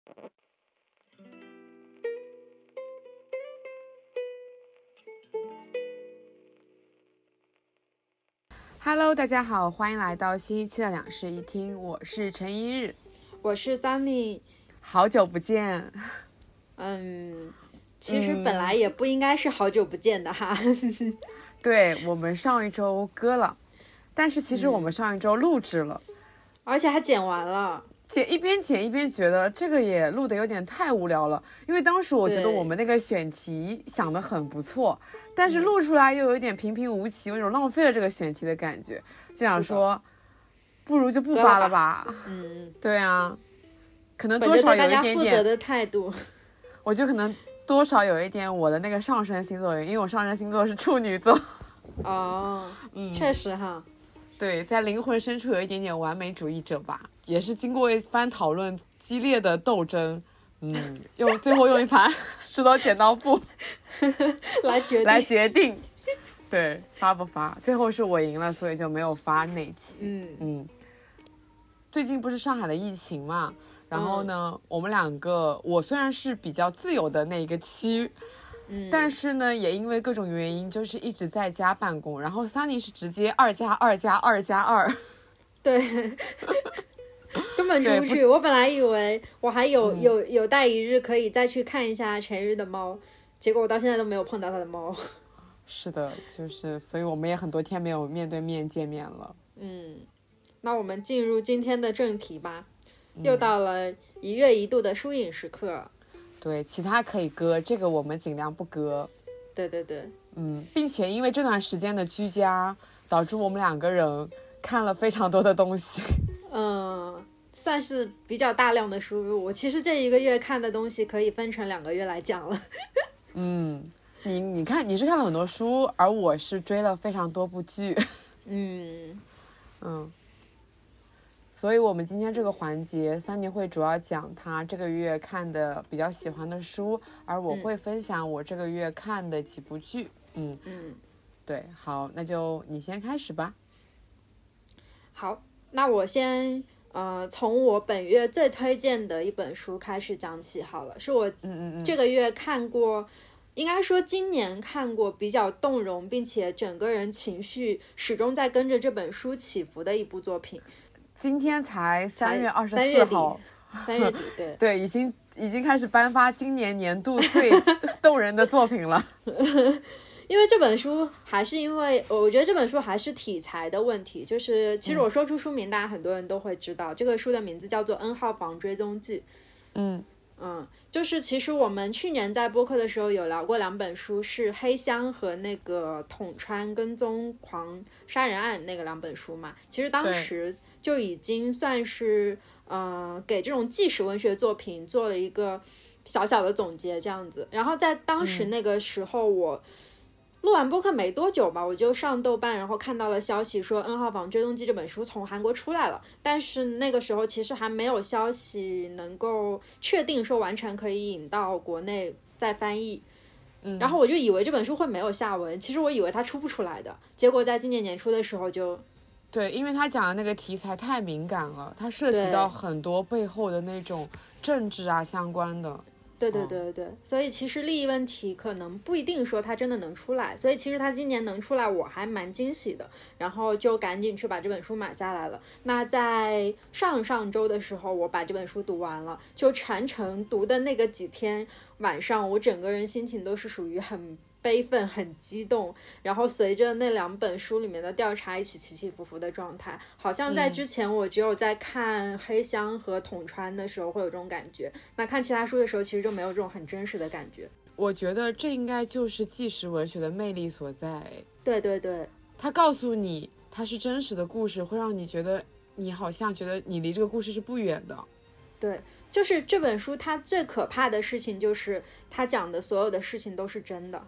Hello， 大家好，欢迎来到新一期的两室一厅，我是陈一日， 我是 Sunny， 好久不见。 其实本来也不应该是好久不见的哈。 对，我们上一周割了，但是其实我们上一周录制了， 而且还剪完了。 一边剪一边觉得这个也录得有点太无聊了，因为当时我觉得我们那个选题想得很不错，但是录出来又有一点平平无奇，有一种浪费了这个选题的感觉，就想说不如就不发了吧。对啊，可能多少有一点点本着对大家负责的态度， 我就可能多少有一点我的那个上升星座，因为我上升星座是处女座。 确实哈。 对，在灵魂深处有一点点完美主义者吧，也是经过一番讨论激烈的斗争，最后用一盘石头剪刀布来决定，对，发不发。最后是我赢了，所以就没有发那期。最近不是上海的疫情嘛，然后呢，我们两个，我虽然是比较自由的那一个区。但是呢，也因为各种原因，就是一直在家办公。然后 Sunny 是直接2+2+2+2， 对，根本出不去。我本来以为我还有待一日可以再去看一下陈日的猫，结果我到现在都没有碰到他的猫。 是的，就是所以我们也很多天没有面对面见面了。 那我们进入今天的正题吧。又到了1月1度的书影时刻。 对，其他可以割，这个我们尽量不割。 对， 并且因为这段时间的居家，导致我们两个人看了非常多的东西。 算是比较大量的输入。我其实这一个月看的东西可以分成2个月来讲了。 你看，你是看了很多书，而我是追了非常多部剧。所以我们今天这个环节，Sunny会主要讲他这个月看的比较喜欢的书，而我会分享我这个月看的几部剧。对，好，那就你先开始吧。 好，那我先从我本月最推荐的一本书开始讲起好了，是我这个月看过，应该说今年看过比较动容，并且整个人情绪始终在跟着这本书起伏的一部作品。 今天才3月24号 ，3月底，对对，已经开始颁发今年年度最动人的作品了。 因为这本书我觉得这本书还是题材的问题，就是其实我说出书名，大家很多人都会知道，这个书的名字叫做《N 号房追踪记》。就是其实我们去年在播客的时候有聊过2本书，是黑箱和那个统川跟踪狂杀人案那个2本书嘛。其实当时就已经算是给这种纪实文学作品做了一个小小的总结这样子。然后在当时那个时候，我录完播客没多久吧，我就上豆瓣，然后看到了消息说《N 号房追踪记》这本书从韩国出来了，但是那个时候其实还没有消息能够确定说完全可以引到国内再翻译。然后我就以为这本书会没有下文，其实我以为它出不出来的，结果在今年年初的时候就对，因为他讲的那个题材太敏感了，它涉及到很多背后的那种政治啊相关的。 对，所以其实利益问题可能不一定说它真的能出来，所以其实它今年能出来我还蛮惊喜的，然后就赶紧去把这本书买下来了。那在上周的时候我把这本书读完了，就全程读的那个几天晚上，我整个人心情都是属于很悲愤很激动，然后随着那2本书里面的调查一起起起伏伏的状态，好像在之前我只有在看黑箱和统川的时候会有这种感觉，那看其他书的时候其实就没有这种很真实的感觉。 我觉得这应该就是纪实文学的魅力所在。 对， 它告诉你它是真实的故事，会让你觉得你好像觉得你离这个故事是不远的。 对，就是这本书它最可怕的事情就是它讲的所有的事情都是真的。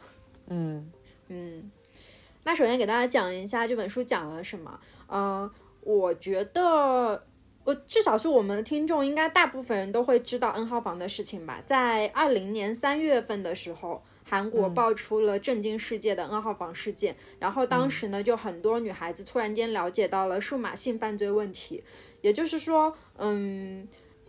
那首先给大家讲一下这本书讲了什么。我觉得至少是我们的听众应该大部分人都会知道 N 号房的事情吧。在20年3月份的时候，韩国爆出了震惊世界的 N 号房事件，然后当时呢就很多女孩子突然间了解到了数码性犯罪问题，也就是说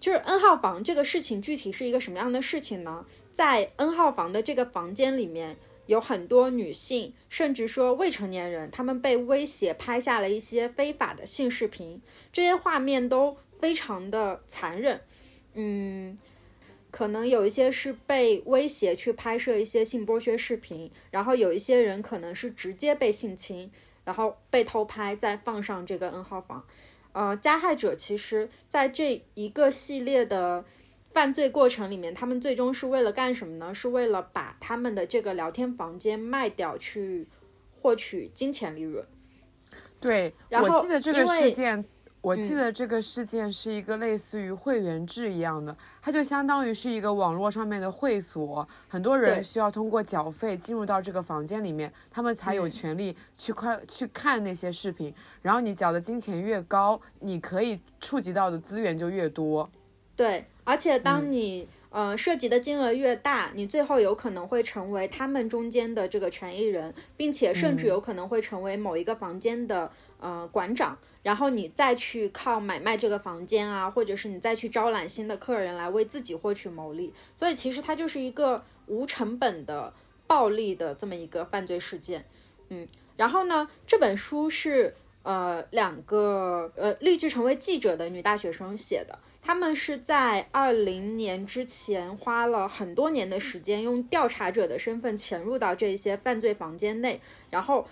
就是 N 号房这个事情具体是一个什么样的事情呢？在 N 号房的这个房间里面，有很多女性，甚至说未成年人，他们被威胁拍下了一些非法的性视频，这些画面都非常的残忍。可能有一些是被威胁去拍摄一些性剥削视频，然后有一些人可能是直接被性侵，然后被偷拍再放上这个 N 号房。加害者其实在这一个系列的犯罪过程里面，他们最终是为了干什么呢？是为了把他们的这个聊天房间卖掉，去获取金钱利润。 对， 然后我记得这个事件是一个类似于会员制一样的，它就相当于是一个网络上面的会所，很多人需要通过缴费进入到这个房间里面，他们才有权利去看那些视频，然后你缴的金钱越高，你可以触及到的资源就越多。 对，而且当你涉及的金额越大，你最后有可能会成为他们中间的这个权益人，并且甚至有可能会成为某一个房间的馆长，然后你再去靠买卖这个房间啊，或者是你再去招揽新的客人来为自己获取牟利。所以其实它就是一个无成本的暴利的这么一个犯罪事件。然后呢，这本书是两个立志成为记者的女大学生写的，他们是在20年之前花了很多年的时间，用调查者的身份潜入到这些犯罪房间内，然后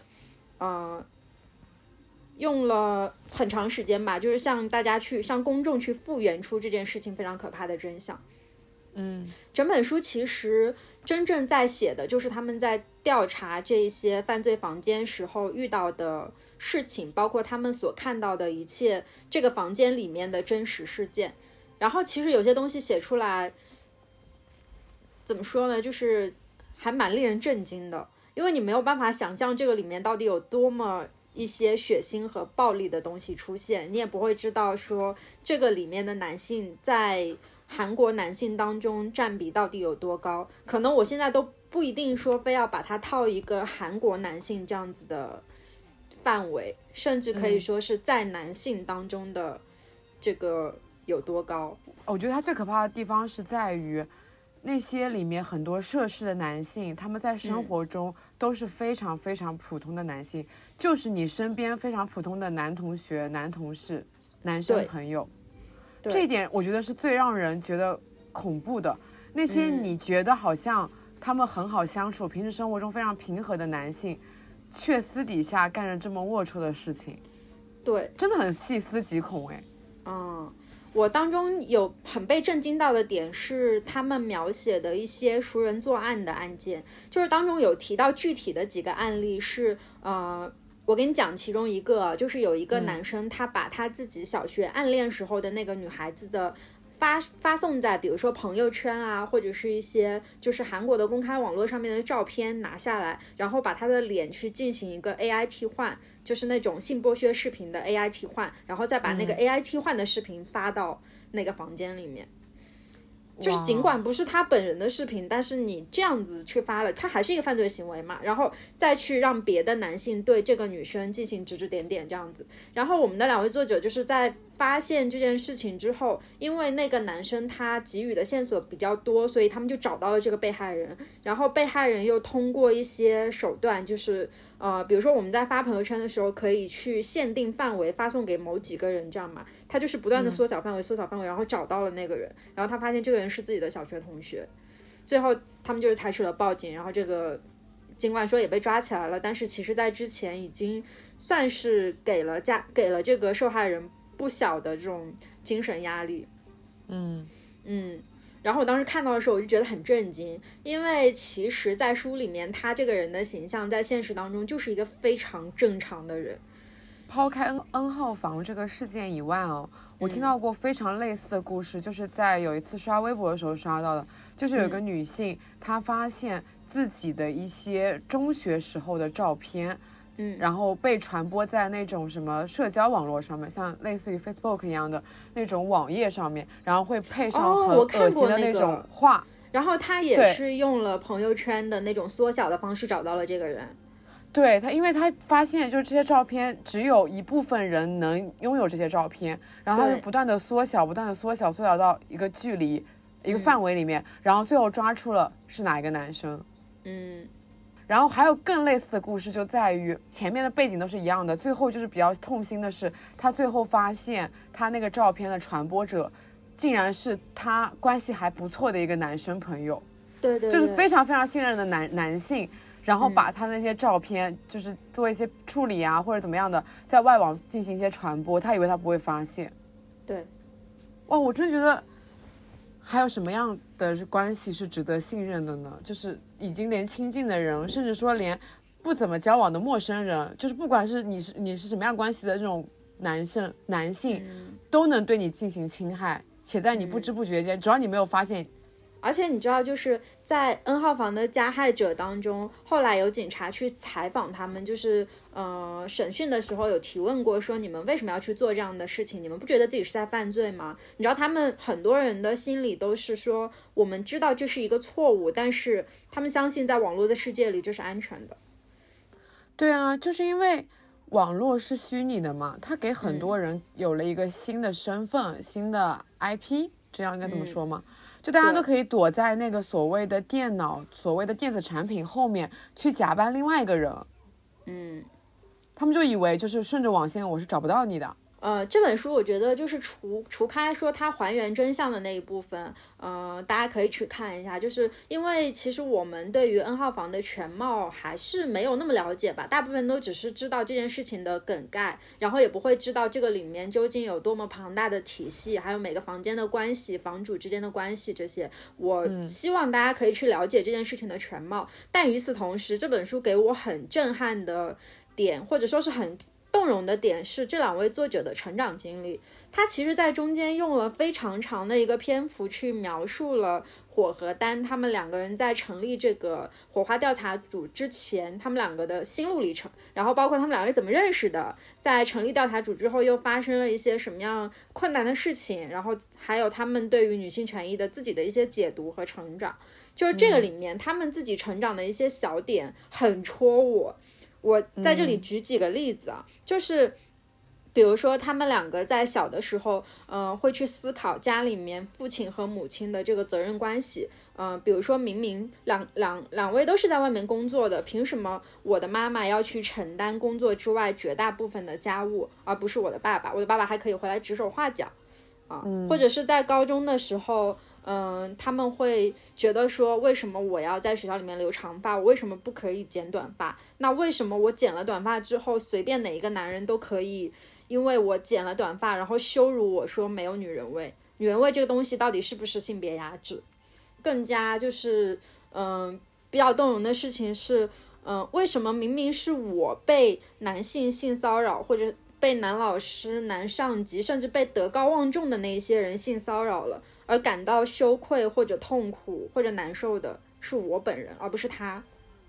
用了很长时间吧，就是向公众去复原出这件事情非常可怕的真相。整本书其实真正在写的就是他们在调查这些犯罪房间时候遇到的事情，包括他们所看到的一切这个房间里面的真实事件。然后其实有些东西写出来怎么说呢，就是还蛮令人震惊的，因为你没有办法想象这个里面到底有多么一些血腥和暴力的东西出现，你也不会知道说这个里面的男性在韩国男性当中占比到底有多高。可能我现在都不一定说非要把它套一个韩国男性这样子的范围，甚至可以说是在男性当中的这个有多高。 我觉得它最可怕的地方是在于那些里面很多涉事的男性，他们在生活中都是非常非常普通的男性，就是你身边非常普通的男同学、男同事、男生朋友。这一点我觉得是最让人觉得恐怖的。那些你觉得好像他们很好相处，平时生活中非常平和的男性，却私底下干着这么龌龊的事情。 对， 真的很细思极恐。 我当中有很被震惊到的点是他们描写的一些熟人作案的案件，就是当中有提到具体的几个案例是我给你讲其中一个，就是有一个男生他把他自己小学暗恋时候的那个女孩子的发送在比如说朋友圈啊，或者是一些就是韩国的公开网络上面的照片拿下来，然后把他的脸去进行一个 AI 替换，就是那种性剥削视频的 AI 替换，然后再把那个 AI 替换的视频发到那个房间里面。就是尽管不是他本人的视频，但是你这样子去发了，他还是一个犯罪行为嘛，然后再去让别的男性对这个女生进行指指点点这样子。然后我们的两位作者就是在发现这件事情之后，因为那个男生他给予的线索比较多，所以他们就找到了这个被害人，然后被害人又通过一些手段，就是比如说我们在发朋友圈的时候可以去限定范围发送给某几个人这样嘛，他就是不断的缩小范围缩小范围，然后找到了那个人，然后他发现这个人是自己的小学同学，最后他们就是采取了报警，然后这个尽管说也被抓起来了，但是其实在之前已经算是给了这个受害人不小的这种精神压力。然后我当时看到的时候我就觉得很震惊，因为其实在书里面他这个人的形象在现实当中就是一个非常正常的人。 抛开 N 号房这个事件以外我听到过非常类似的故事，就是在有一次刷微博的时候刷到的，就是有一个女性她发现自己的一些中学时候的照片然后被传播在那种什么社交网络上面，像类似于 Facebook 一样的那种网页上面，然后会配上很恶心的那种画， 然后他也是用了朋友圈的那种缩小的方式找到了这个人。 对他，因为他发现就是这些照片只有一部分人能拥有这些照片，然后他就不断的缩小，不断的缩小，缩小到一个距离、一个范围里面，然后最后抓出了是哪一个男生。然后还有更类似的故事，就在于前面的背景都是一样的，最后就是比较痛心的是，他最后发现他那个照片的传播者，竟然是他关系还不错的一个男生朋友， 对， 就是非常非常信任的男性，然后把他那些照片就是做一些处理啊，或者怎么样的，在外网进行一些传播，他以为他不会发现。 对， 哇，我真的觉得还有什么样的关系是值得信任的呢？就是已经连亲近的人，甚至说连不怎么交往的陌生人，就是不管是你是什么样关系的这种男性，都能对你进行侵害，且在你不知不觉间，只要你没有发现。 而且你知道，就是在 N 号房的加害者当中，后来有警察去采访他们，就是审讯的时候有提问过，说你们为什么要去做这样的事情？你们不觉得自己是在犯罪吗？你知道他们很多人的心里都是说，我们知道这是一个错误，但是他们相信在网络的世界里这是安全的。 对啊，就是因为网络是虚拟的嘛，它给很多人有了一个新的身份、新的 IP， 这样应该这么说吗？就大家都可以躲在那个所谓的电脑、所谓的电子产品后面去假扮另外一个人。他们就以为就是顺着网线我是找不到你的。 这本书我觉得就是除开说它还原真相的那一部分，大家可以去看一下，就是因为其实我们对于 N 号房的全貌还是没有那么了解吧，大部分都只是知道这件事情的梗概，然后也不会知道这个里面究竟有多么庞大的体系，还有每个房间的关系、房主之间的关系这些，我希望大家可以去了解这件事情的全貌。但与此同时，这本书给我很震撼的点，或者说是很动容的点是这两位作者的成长经历，他其实在中间用了非常长的一个篇幅去描述了火和丹他们两个人在成立这个火花调查组之前他们两个的心路历程，然后包括他们两个人怎么认识的，在成立调查组之后又发生了一些什么样困难的事情，然后还有他们对于女性权益的自己的一些解读和成长，就是这个里面他们自己成长的一些小点很戳我。我在这里举几个例子啊，就是比如说他们两个在小的时候会去思考家里面父亲和母亲的这个责任关系，比如说明明两位都是在外面工作的，凭什么我的妈妈要去承担工作之外绝大部分的家务，而不是我的爸爸，我的爸爸还可以回来指手画脚啊，或者是在高中的时候他们会觉得说，为什么我要在学校里面留长发，我为什么不可以剪短发？那为什么我剪了短发之后，随便哪一个男人都可以因为我剪了短发然后羞辱我说没有女人味？女人味这个东西到底是不是性别压制？更加就是比较动容的事情是为什么明明是我被男性性骚扰，或者被男老师、男上级，甚至被德高望重的那一些人性骚扰了，而感到羞愧或者痛苦或者难受的是我本人，而不是他。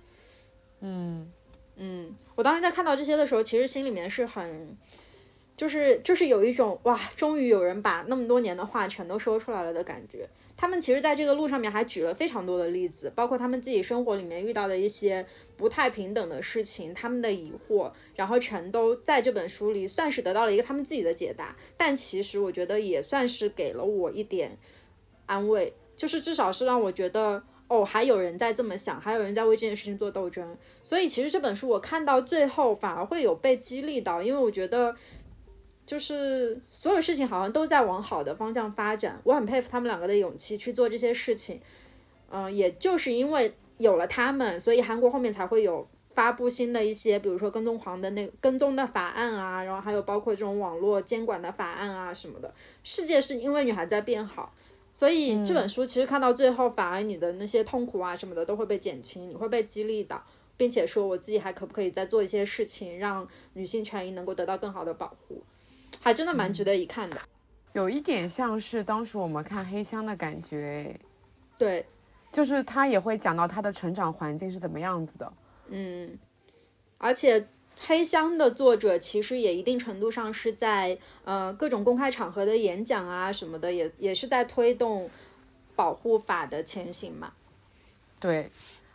我当时在看到这些的时候，其实心里面是很就是有一种哇，终于有人把那么多年的话全都说出来了的感觉。他们其实在这个路上面还举了非常多的例子，包括他们自己生活里面遇到的一些不太平等的事情，他们的疑惑，然后全都在这本书里算是得到了一个他们自己的解答。但其实我觉得也算是给了我一点安慰，就是至少是让我觉得还有人在这么想，还有人在为这件事情做斗争。所以其实这本书我看到最后反而会有被激励到，因为我觉得就是所有事情好像都在往好的方向发展，我很佩服他们两个的勇气去做这些事情。也就是因为有了他们，所以韩国后面才会有发布新的一些，比如说跟踪的法案啊，然后还有包括这种网络监管的法案啊什么的。世界是因为女孩在变好，所以这本书其实看到最后，反而你的那些痛苦啊什么的都会被减轻，你会被激励到，并且说我自己还可不可以再做一些事情，让女性权益能够得到更好的保护，还真的蛮值得一看的。 有一点像是当时我们看黑箱的感觉。 对， 就是他也会讲到他的成长环境是怎么样子的。 而且黑箱的作者其实也一定程度上是在各种公开场合的演讲啊什么的，也是在推动保护法的前行嘛。 对，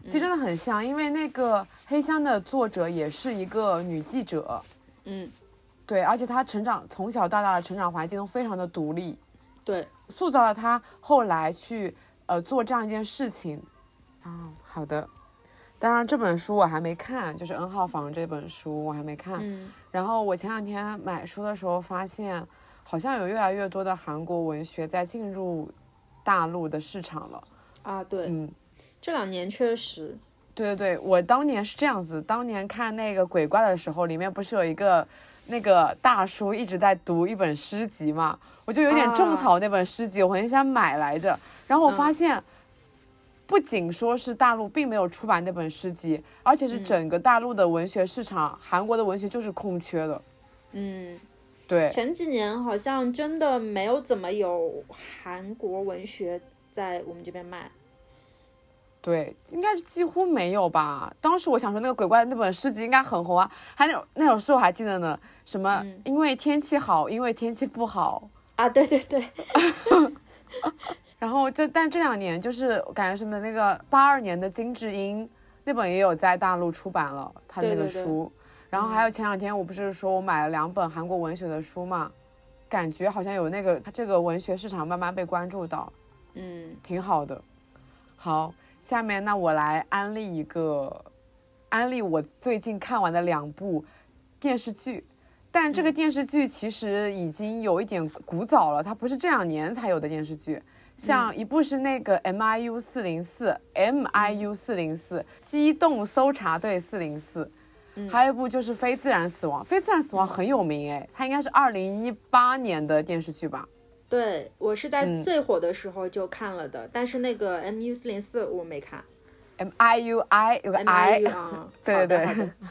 其实真的很像，因为那个黑箱的作者也是一个女记者。对，而且她从小到大的成长环境都非常的独立， 对， 塑造了她后来去做这样一件事情。好的。当然这本书我还没看，就是 N 号房这本书我还没看。然后我前2天买书的时候发现，好像有越来越多的韩国文学在进入大陆的市场了。 对，这2年确实。 对，我当年是这样子，当年看那个鬼怪的时候，里面不是有一个那个大叔一直在读一本诗集嘛，我就有点种草那本诗集，我很想买来着。然后我发现不仅说是大陆并没有出版那本诗集，而且是整个大陆的文学市场，韩国的文学就是空缺的。对， 前几年好像真的没有怎么有韩国文学在我们这边卖。 对，应该是几乎没有吧。当时我想说那个鬼怪的那本诗集应该很红啊，还那首诗我还记得呢，什么因为天气好，因为天气不好对然后但这2年就是感觉什么那个82年的金智英那本也有在大陆出版了他那个书。然后还有前2天我不是说我买了2本韩国文学的书嘛，感觉好像有那个这个文学市场慢慢被关注到，挺好的。好，下面那我来安利我最近看完的2部电视剧，但这个电视剧其实已经有一点古早了，它不是这2年才有的电视剧。像一部是那个 MIU404 机动搜查队404，还有一部就是非自然死亡。非自然死亡很有名它应该是2018年的电视剧吧。 对，我是在最火的时候就看了的，但是那个 MU404 我没看。 MIUI 有个 I， 对，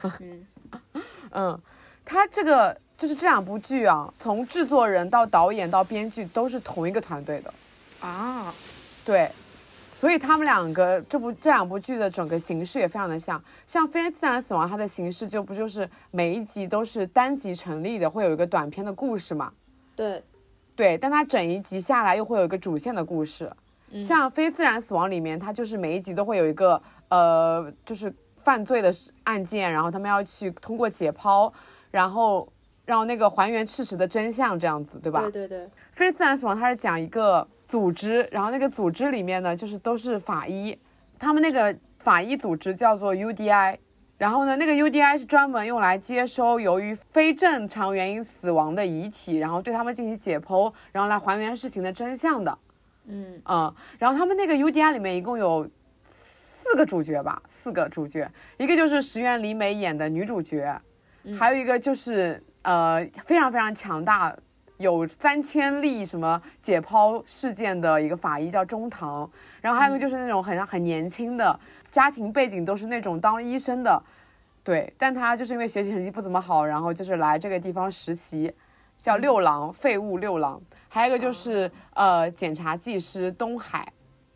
它这个就是这2部剧啊，从制作人到导演到编剧都是同一个团队的对，所以他们这2部剧的整个形式也非常的像非自然死亡，它的形式就是每一集都是单集成立的，会有一个短篇的故事嘛。对，但它整一集下来又会有一个主线的故事。像非自然死亡里面，它就是每一集都会有一个就是犯罪的案件，然后他们要去通过解剖，然后让那个还原事实的真相，这样子，对吧？ 对。 非自然死亡它是讲一个组织，然后那个组织里面呢，就是都是法医，他们那个法医组织叫做 UDI， 然后呢，那个 UDI 是专门用来接收由于非正常原因死亡的遗体，然后对他们进行解剖，然后来还原事情的真相的。然后他们那个 UDI 里面一共有4个主角吧，4个主角，一个就是石原里美演的女主角，还有一个就是非常非常强大，有3000例什么解剖事件的一个法医叫中堂，然后还有一个就是那种很年轻的，家庭背景都是那种当医生的，对，但他就是因为学习成绩不怎么好，然后就是来这个地方实习，叫六郎，废物六郎。还有一个就是检察技师东海，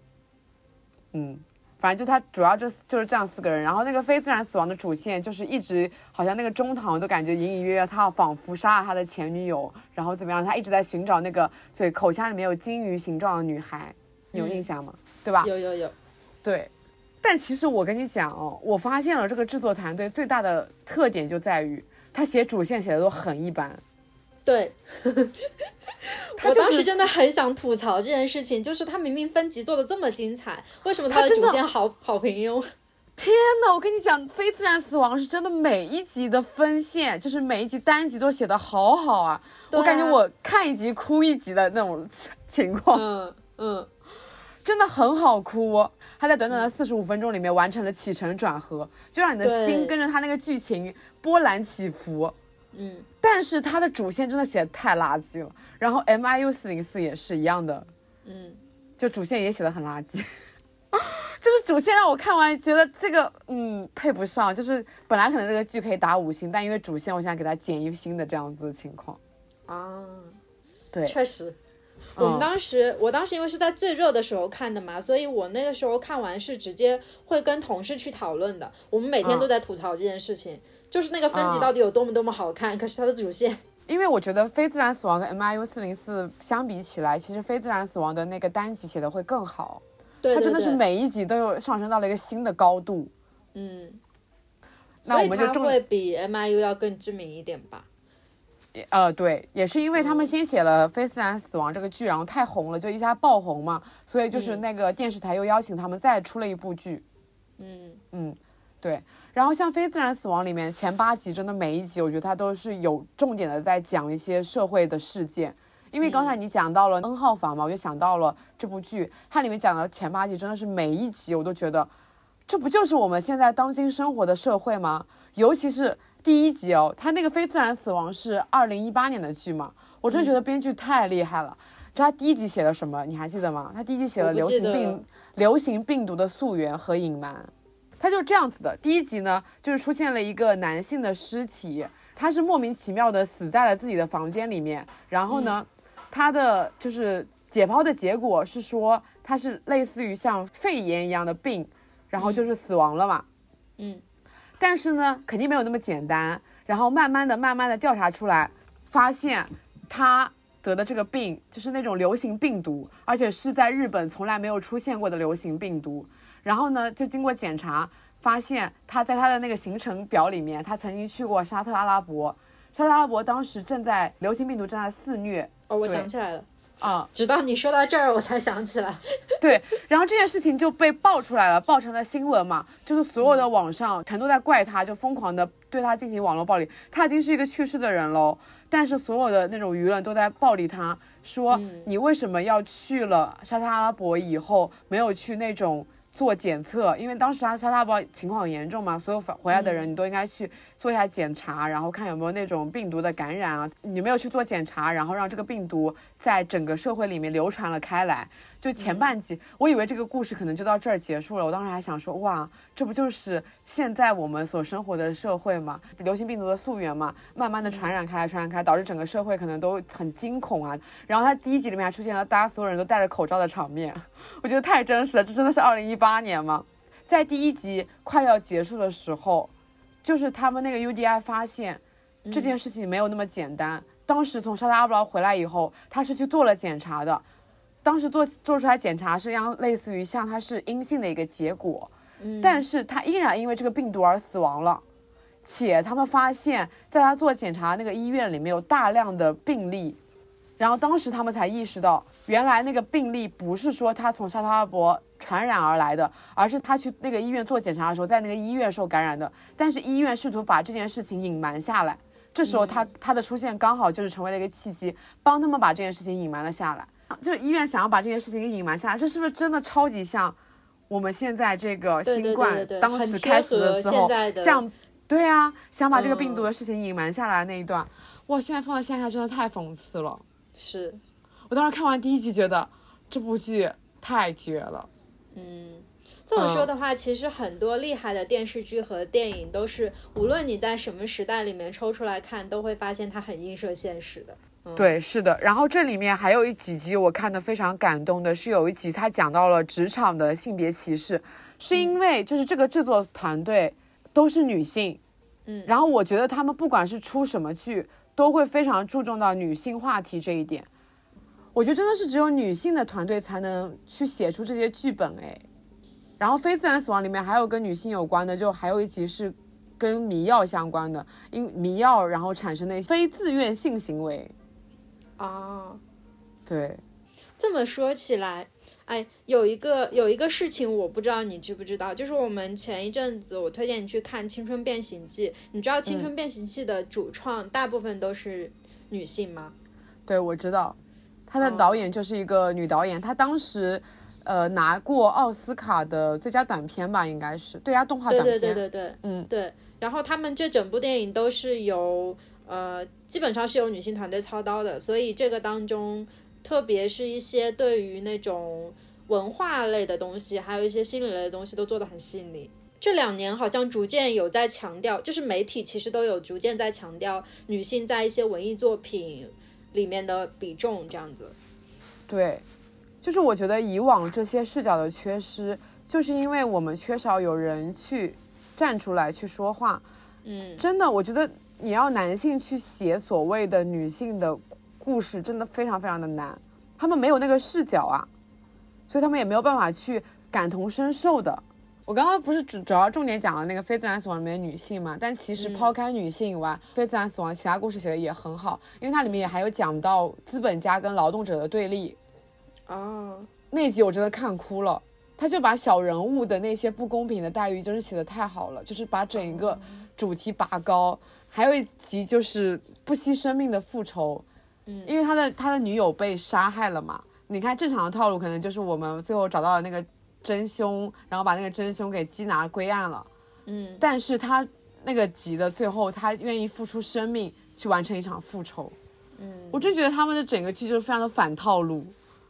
反正就他主要就是这样4个人。然后那个非自然死亡的主线就是一直好像那个中堂都感觉隐隐约约他仿佛杀了他的前女友，然后怎么样，他一直在寻找那个对口腔里面有金鱼形状的女孩，你有印象吗？对吧？ 有。 对，但其实我跟你讲我发现了这个制作团队最大的特点就在于他写主线写的都很一般。 对我当时真的很想吐槽这件事情，就是他明明分级做的这么精彩，为什么他的主线好平庸？ 天哪，我跟你讲，非自然死亡是真的每一集的分线，就是每一集单集都写的好好啊，我感觉我看一集哭一集的那种情况。真的很好哭，他在短短的45分钟里面完成了起承转合，就让你的心跟着他那个剧情波澜起伏。但是他的主线真的写得太垃圾了，然后 MIU404 也是一样的，就主线也写得很垃圾。就是主线让我看完觉得这个配不上，就是本来可能这个剧可以打5星，但因为主线我想给他减1星的这样子的情况对， 确实。我当时因为是在最热的时候看的嘛，所以我那个时候看完是直接会跟同事去讨论的，我们每天都在吐槽这件事情，就是那个分级到底有多么多么好看，可是它的主线， 因为我觉得非自然死亡跟 MIU404 相比起来，其实非自然死亡的那个单集写的会更好， 对， 它真的是每一集都有上升到了一个新的高度。 那我们就所以它会比 MIU 要更知名一点吧。 对，也是因为他们先写了《非自然死亡》这个剧，然后太红了，就一下爆红嘛，所以就是那个电视台又邀请他们再出了一部剧。对。然后像《非自然死亡》里面前8集，真的每一集我觉得它都是有重点的在讲一些社会的事件。因为刚才你讲到了 N 号房嘛，我就想到了这部剧，它里面讲的前8集真的是每一集我都觉得，这不就是我们现在当今生活的社会吗？尤其是第1集哦，它那个非自然死亡是2018年的剧嘛，我真的觉得编剧太厉害了。知道他第1集写了什么？你还记得吗？他第1集写了流行病毒的溯源和隐瞒。他就是这样子的。第1集呢，就是出现了一个男性的尸体，他是莫名其妙的死在了自己的房间里面。然后呢，他的就是解剖的结果是说他是类似于像肺炎一样的病，然后就是死亡了嘛。但是呢，肯定没有那么简单。然后慢慢的调查出来，发现他得的这个病就是那种流行病毒，而且是在日本从来没有出现过的流行病毒。然后呢，就经过检查，发现他在他的那个行程表里面，他曾经去过沙特阿拉伯。沙特阿拉伯当时流行病毒正在肆虐。 我想起来了。直到你说到这儿我才想起来。 对，然后这件事情就被爆出来了，爆成了新闻嘛，就是所有的网上全都在怪他，就疯狂的对他进行网络暴力。他已经是一个去世的人喽，但是所有的那种舆论都在暴力他，说你为什么要去了沙特阿拉伯以后没有去那种做检测，因为当时沙特阿拉伯情况很严重嘛，所有回来的人你都应该去做一下检查，然后看有没有那种病毒的感染啊。你没有去做检查，然后让这个病毒在整个社会里面流传了开来。就前半集我以为这个故事可能就到这儿结束了，我当时还想说，哇，这不就是现在我们所生活的社会吗？流行病毒的溯源嘛，慢慢的传染开，导致整个社会可能都很惊恐啊。然后他第1集里面还出现了大家所有人都戴着口罩的场面，我觉得太真实了。这真的是2018年吗？在第1集快要结束的时候，就是他们那个 UDI 发现这件事情没有那么简单。当时从沙特阿拉伯回来以后，他是去做了检查的，当时做出来检查是类似于像他是阴性的一个结果，但是他依然因为这个病毒而死亡了。且他们发现在他做检查那个医院里面有大量的病例，然后当时他们才意识到，原来那个病例不是说他从沙特阿拉伯传染而来的，而是他去那个医院做检查的时候在那个医院受感染的。但是医院试图把这件事情隐瞒下来，这时候他的出现刚好就是成为了一个契机，帮他们把这件事情隐瞒了下来。就是医院想要把这件事情给隐瞒下来，这是不是真的超级像我们现在这个新冠当时开始的时候，像对啊，想把这个病毒的事情隐瞒下来那一段，哇，现在放在现在真的太讽刺了。 是我当时看完第1集觉得这部剧太绝了。 这么说的话，其实很多厉害的电视剧和电影都是无论你在什么时代里面抽出来看，都会发现它很映射现实的。 对，是的。然后这里面还有几集我看得非常感动的是，有一集他讲到了职场的性别歧视，是因为就是这个制作团队都是女性，然后我觉得他们不管是出什么剧都会非常注重到女性话题这一点。我觉得真的是只有女性的团队才能去写出这些剧本。然后非自然死亡里面还有跟女性有关的，就还有一集是跟迷药相关的，因迷药然后产生的非自愿性行为。对， 这么说起来，有一个事情我不知道你知不知道，就是我们前一阵子我推荐你去看《青春变形记》，你知道《青春变形记》的主创大部分都是女性吗？ 对，我知道，他的导演就是一个女导演，她当时拿过奥斯卡的最佳短片吧，应该是最佳动画短片。 对。然后他们这整部电影都是由基本上是由女性团队操刀的，所以这个当中特别是一些对于那种文化类的东西还有一些心理类的东西都做得很细腻。这2年好像逐渐有在强调，就是媒体其实都有逐渐在强调女性在一些文艺作品里面的比重这样子。 对，就是我觉得以往这些视角的缺失，就是因为我们缺少有人去站出来去说话。真的我觉得你要男性去写所谓的女性的故事真的非常非常的难，他们没有那个视角啊。 所以他们也没有办法去感同身受的。我刚刚不是主要重点讲了那个非自然死亡里面的女性嘛，但其实抛开女性以外，非自然死亡其他故事写的也很好，因为它里面也还有讲到资本家跟劳动者的对立。那一集我真的看哭了，他就把小人物的那些不公平的待遇真是写得太好了，就是把整一个主题拔高。还有一集就是不惜生命的复仇，因为他的女友被杀害了嘛。你看正常的套路可能就是我们最后找到了那个真凶，然后把那个真凶给缉拿归案了，但是他那个集的最后他愿意付出生命去完成一场复仇。我真觉得他们的整个剧就是非常的反套路。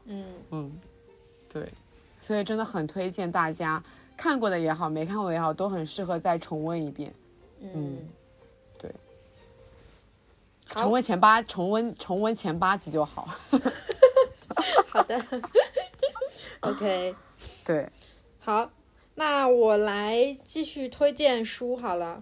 对，所以真的很推荐大家，看过的也好没看过也好，都很适合再重温一遍。对，重温前8集就好。 好的。OK， 对， 好，那我来继续推荐书好了。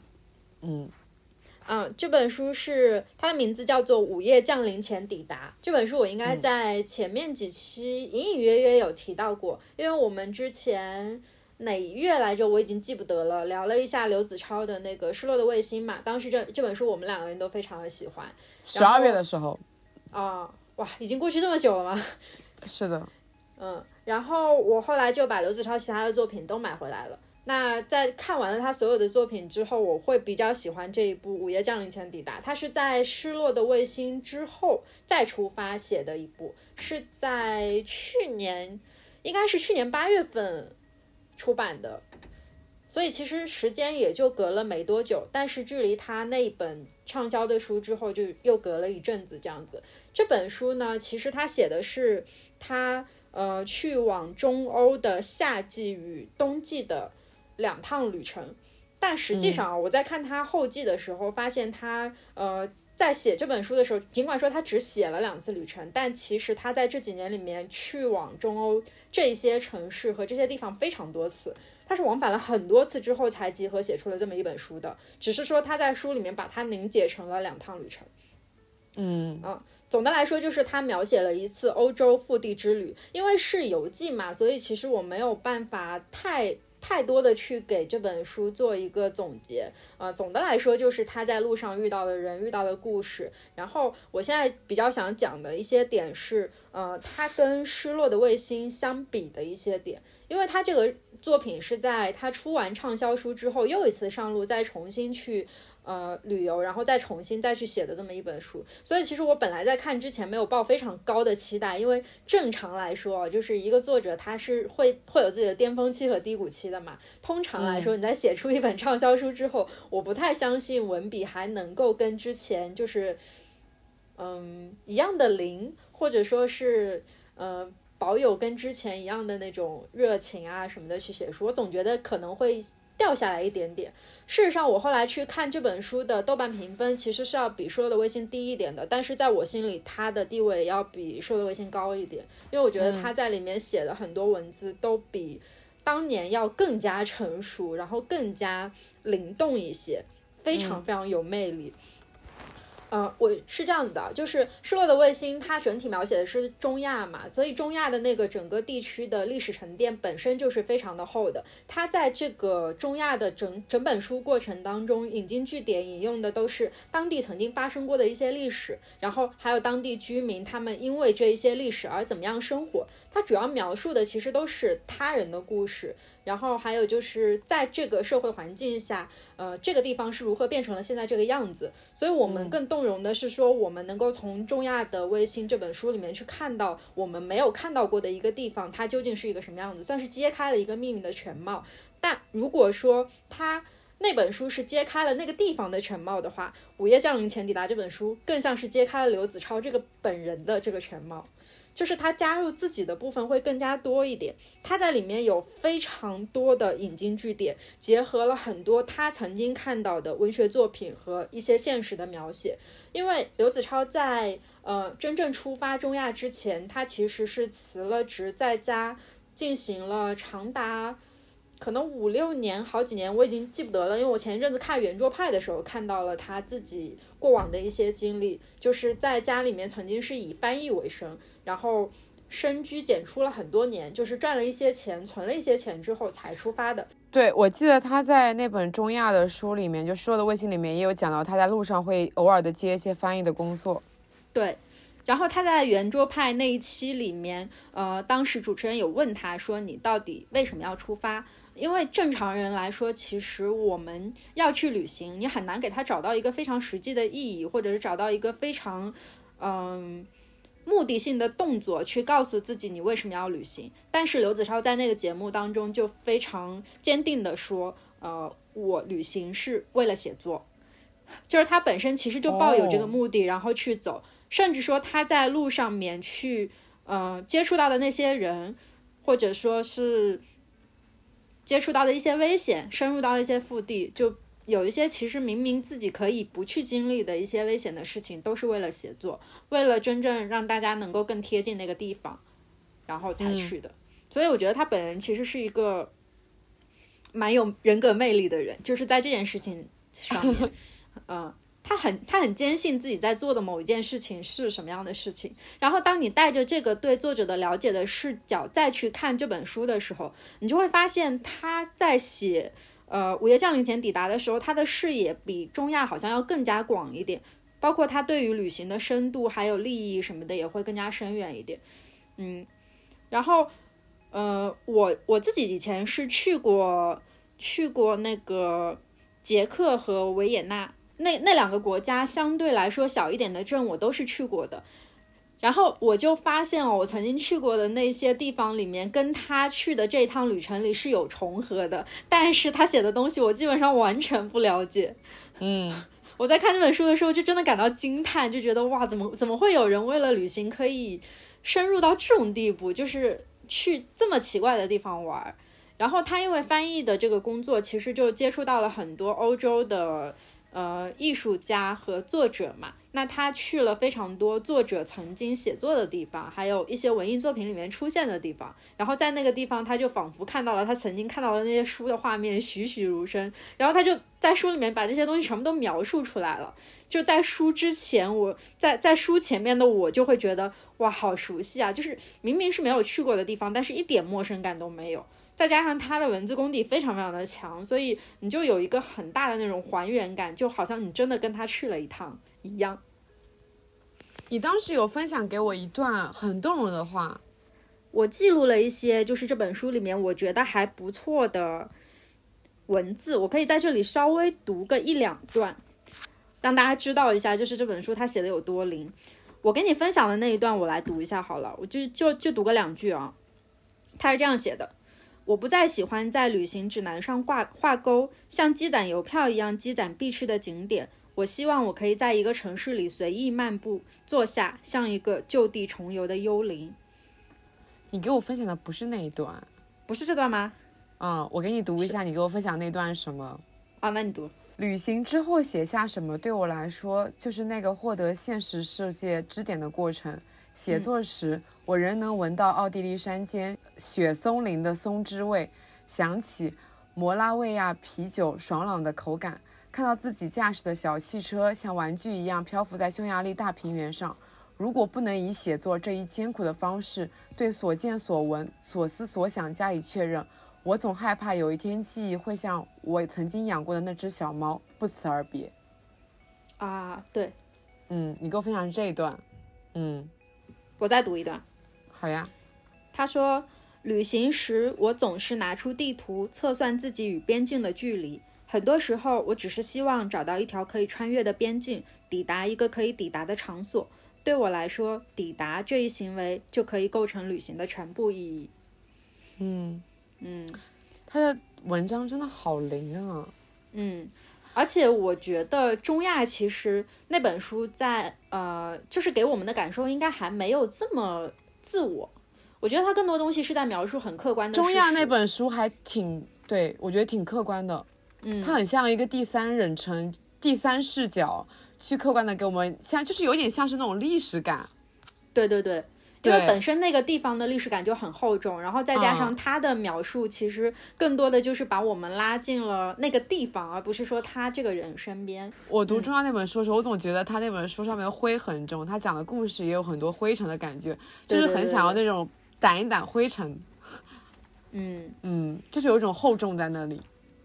这本书是它的名字叫做《午夜降临前抵达》。这本书我应该在前面几期隐隐约约有提到过，因为我们之前哪一月来着我已经记不得了，聊了一下刘子超的那个《失落的卫星》嘛。当时这本书我们两个人都非常的喜欢。 12月的时候哇，已经过去这么久了吗？ 是的。 然后我后来就把刘子超其他的作品都买回来了。那在看完了他所有的作品之后，我会比较喜欢这一部《午夜降临前抵达》。它是在《失落的卫星》之后再出发写的一部，是在应该是去年8月份出版的，所以其实时间也就隔了没多久，但是距离他那一本畅销的书之后就又隔了一阵子这样子。这本书呢，其实他写的是他去往中欧的夏季与冬季的2趟旅程，但实际上我在看他后记的时候发现他在写这本书的时候，尽管说他只写了2次旅程，但其实他在这几年里面去往中欧这些城市和这些地方非常多次，他是往返了很多次之后才集合写出了这么一本书的，只是说他在书里面把它凝结成了2趟旅程。总的来说就是他描写了一次欧洲腹地之旅，因为是游记嘛，所以其实我没有办法太多的去给这本书做一个总结。总的来说就是他在路上遇到的人，遇到的故事。然后我现在比较想讲的一些点是他跟失落的卫星相比的一些点，因为他这个作品是在他出完畅销书之后又一次上路，再重新去旅游，然后再重新再去写的这么一本书。所以其实我本来在看之前没有抱非常高的期待，因为正常来说就是一个作者他是会有自己的巅峰期和低谷期的嘛。通常来说你在写出一本畅销书之后，我不太相信文笔还能够跟之前就是一样的灵，或者说是保有跟之前一样的那种热情啊什么的去写书，我总觉得可能会掉下来一点点。事实上我后来去看这本书的豆瓣评分其实是要比《失落的卫星》低一点的，但是在我心里它的地位要比《失落的卫星》高一点，因为我觉得它在里面写的很多文字都比当年要更加成熟，然后更加灵动一些，非常非常有魅力。我是这样子的，就是《失落的卫星》它整体描写的是中亚嘛，所以中亚的那个整个地区的历史沉淀本身就是非常的厚的。它在这个中亚的整本书过程当中，引经据典，引用的都是当地曾经发生过的一些历史，然后还有当地居民他们因为这一些历史而怎么样生活。它主要描述的其实都是他人的故事，然后还有就是在这个社会环境下这个地方是如何变成了现在这个样子。所以我们更动容的是说，我们能够从《中亚的卫星》这本书里面去看到我们没有看到过的一个地方，它究竟是一个什么样子，算是揭开了一个秘密的全貌。但如果说它那本书是揭开了那个地方的全貌的话，《午夜降临前抵达》这本书更像是揭开了刘子超这个本人的这个全貌，就是他加入自己的部分会更加多一点。他在里面有非常多的引经据典，结合了很多他曾经看到的文学作品和一些现实的描写。因为刘子超在真正出发中亚之前，他其实是辞了职，在家进行了长达可能5-6年好几年，我已经记不得了，因为我前一阵子看圆桌派的时候看到了他自己过往的一些经历，就是在家里面曾经是以翻译为生，然后深居简出了很多年，就是赚了一些钱，存了一些钱之后才出发的。 对，我记得他在那本中亚的书里面，就说的卫星里面也有讲到，他在路上会偶尔的接一些翻译的工作。 对，然后他在圆桌派那一期里面，当时主持人有问他说，你到底为什么要出发？因为正常人来说，其实我们要去旅行，你很难给他找到一个非常实际的意义，或者是找到一个非常目的性的动作去告诉自己你为什么要旅行。但是刘子超在那个节目当中就非常坚定的说，我旅行是为了写作，就是他本身其实就抱有这个目的，然后去走，甚至说他在路上面去接触到的那些人，或者说是接触到的一些危险，深入到一些腹地，就有一些其实明明自己可以不去经历的一些危险的事情，都是为了写作，为了真正让大家能够更贴近那个地方，然后才去的。所以我觉得他本人其实是一个蛮有人格魅力的人，就是在这件事情上面他很坚信自己在做的某一件事情是什么样的事情，然后当你带着这个对作者的了解的视角再去看这本书的时候，你就会发现他在写午夜降临前抵达的时候，他的视野比中亚好像要更加广一点，包括他对于旅行的深度还有利益什么的也会更加深远一点。然后我自己以前是去过那个捷克和维也纳，那两个国家相对来说小一点的镇我都是去过的。然后我就发现我曾经去过的那些地方里面跟他去的这一趟旅程里是有重合的，但是他写的东西我基本上完全不了解。我在看这本书的时候就真的感到惊叹，就觉得哇，怎么会有人为了旅行可以深入到这种地步，就是去这么奇怪的地方玩。然后他因为翻译的这个工作，其实就接触到了很多欧洲的艺术家和作者嘛，那他去了非常多作者曾经写作的地方，还有一些文艺作品里面出现的地方，然后在那个地方他就仿佛看到了他曾经看到的那些书的画面栩栩如生，然后他就在书里面把这些东西全部都描述出来了。就在书之前，我在书前面的我就会觉得哇好熟悉啊，就是明明是没有去过的地方，但是一点陌生感都没有，再加上他的文字功底非常非常的强，所以你就有一个很大的那种还原感，就好像你真的跟他去了一趟一样。 你当时有分享给我一段很动容的话， 我记录了一些就是这本书里面我觉得还不错的文字，我可以在这里稍微读个一两段，让大家知道一下就是这本书他写的有多灵。我给你分享的那一段我来读一下好了，我就读个2句啊。他是这样写的：我不再喜欢在旅行指南上画勾，像积攒邮票一样积攒必去的景点。我希望我可以在一个城市里随意漫步，坐下，像一个就地重游的幽灵。 你给我分享的不是那一段？ 不是这段吗？ 我给你读一下，你给我分享那段是什么？ 那你读。 旅行之后写下什么，对我来说就是那个获得现实世界支点的过程。写作时，我仍能闻到奥地利山间雪松林的松枝味，想起摩拉维亚啤酒爽朗的口感，看到自己驾驶的小汽车像玩具一样漂浮在匈牙利大平原上。如果不能以写作这一艰苦的方式对所见所闻、所思所想加以确认，我总害怕有一天记忆会像我曾经养过的那只小猫不辞而别。 对， 你给我分享这一段。 我再读一段。 好呀。 他说，旅行时我总是拿出地图测算自己与边境的距离，很多时候我只是希望找到一条可以穿越的边境，抵达一个可以抵达的场所。对我来说，抵达这一行为就可以构成旅行的全部意义。 他的文章真的好灵啊。 而且我觉得中亚其实那本书在就是给我们的感受应该还没有这么自我，我觉得他更多东西是在描述很客观的事实。 中亚那本书还对，我觉得挺客观的。它很像一个第三人称、第三视角去客观的给我们，就是有点像是那种历史感。 对对对， 因为本身那个地方的历史感就很厚重，然后再加上他的描述其实更多的就是把我们拉进了那个地方，而不是说他这个人身边。 我读中央那本书的时候，我总觉得他那本书上面的灰很重，他讲的故事也有很多灰尘的感觉，就是很想要那种掸一掸灰尘。就是有一种厚重在那里。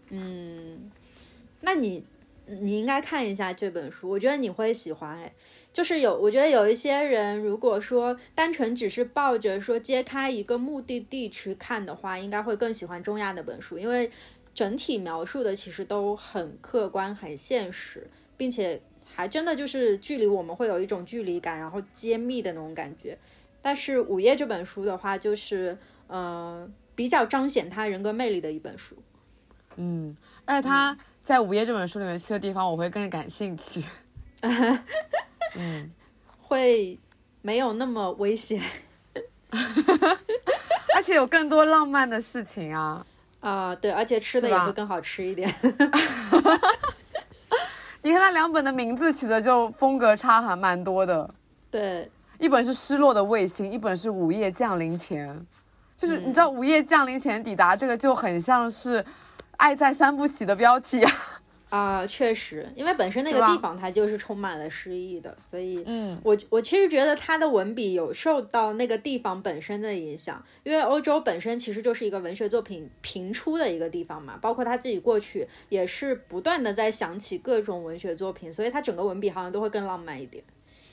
那你应该看一下这本书，我觉得你会喜欢。就是我觉得有一些人如果说单纯只是抱着说揭开一个目的地去看的话，应该会更喜欢中亚那本书，因为整体描述的其实都很客观很现实，并且还真的就是距离我们会有一种距离感，然后揭秘的那种感觉。但是午夜这本书的话，就是比较彰显他人格魅力的一本书。 而且他在午夜这本书里面去的地方我会更感兴趣。 会没有那么危险。 而且有更多浪漫的事情啊。 对，而且吃的也会更好吃一点。 你看他2本的名字取的就风格差还蛮多的。 对， 一本是失落的卫星，一本是午夜降临前。就是你知道午夜降临前抵达这个就很像是爱在3部曲的标题确实，因为本身那个地方它就是充满了诗意的，所以我其实觉得他的文笔有受到那个地方本身的影响，因为欧洲本身其实就是一个文学作品频出的一个地方嘛，包括他自己过去也是不断的在想起各种文学作品，所以他整个文笔好像都会更浪漫一点。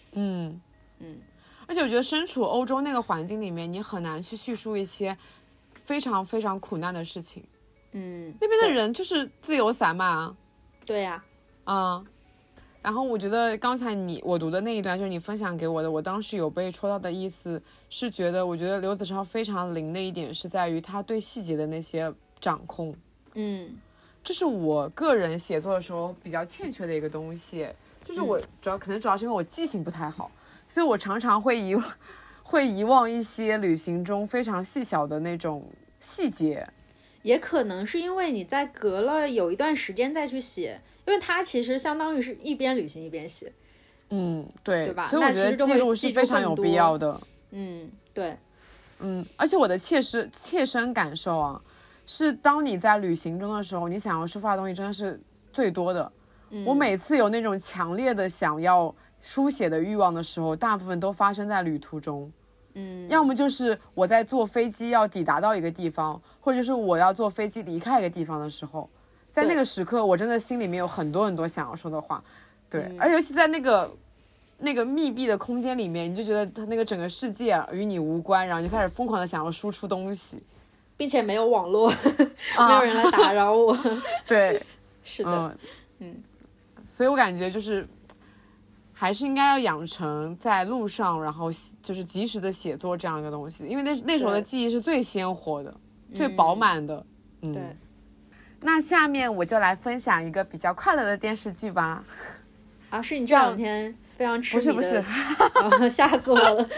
而且我觉得身处欧洲那个环境里面，你很难去叙述一些非常非常苦难的事情。那边的人就是自由散漫啊。 对呀。 然后我觉得刚才我读的那一段就是你分享给我的，我当时有被戳到的意思是觉得，我觉得刘子超非常灵的一点是在于他对细节的那些掌控。这是我个人写作的时候比较欠缺的一个东西，就是我可能主要是因为我记性不太好，所以我常常会遗忘一些旅行中非常细小的那种细节。 也可能是因为你在隔了有一段时间再去写，因为它其实相当于是一边旅行一边写。 对吧？ 所以我觉得记录是非常有必要的。 对。 而且我的切身感受啊，是当你在旅行中的时候，你想要抒发的东西真的是最多的。我每次有那种强烈的想要书写的欲望的时候，大部分都发生在旅途中。要么就是我在坐飞机要抵达到一个地方，或者就是我要坐飞机离开一个地方的时候，在那个时刻我真的心里面有很多很多想要说的话。对，而尤其在那个密闭的空间里面，你就觉得它那个整个世界与你无关，然后你就开始疯狂的想要输出东西， 并且没有网络，没有人来打扰我。 对， 是的。 所以我感觉就是还是应该要养成在路上然后就是及时的写作这样一个东西，因为那时候的记忆是最鲜活的，最饱满的。 对。 那下面我就来分享一个比较快乐的电视剧吧。 是你这2天非常痴迷的？ 不是吓死我了。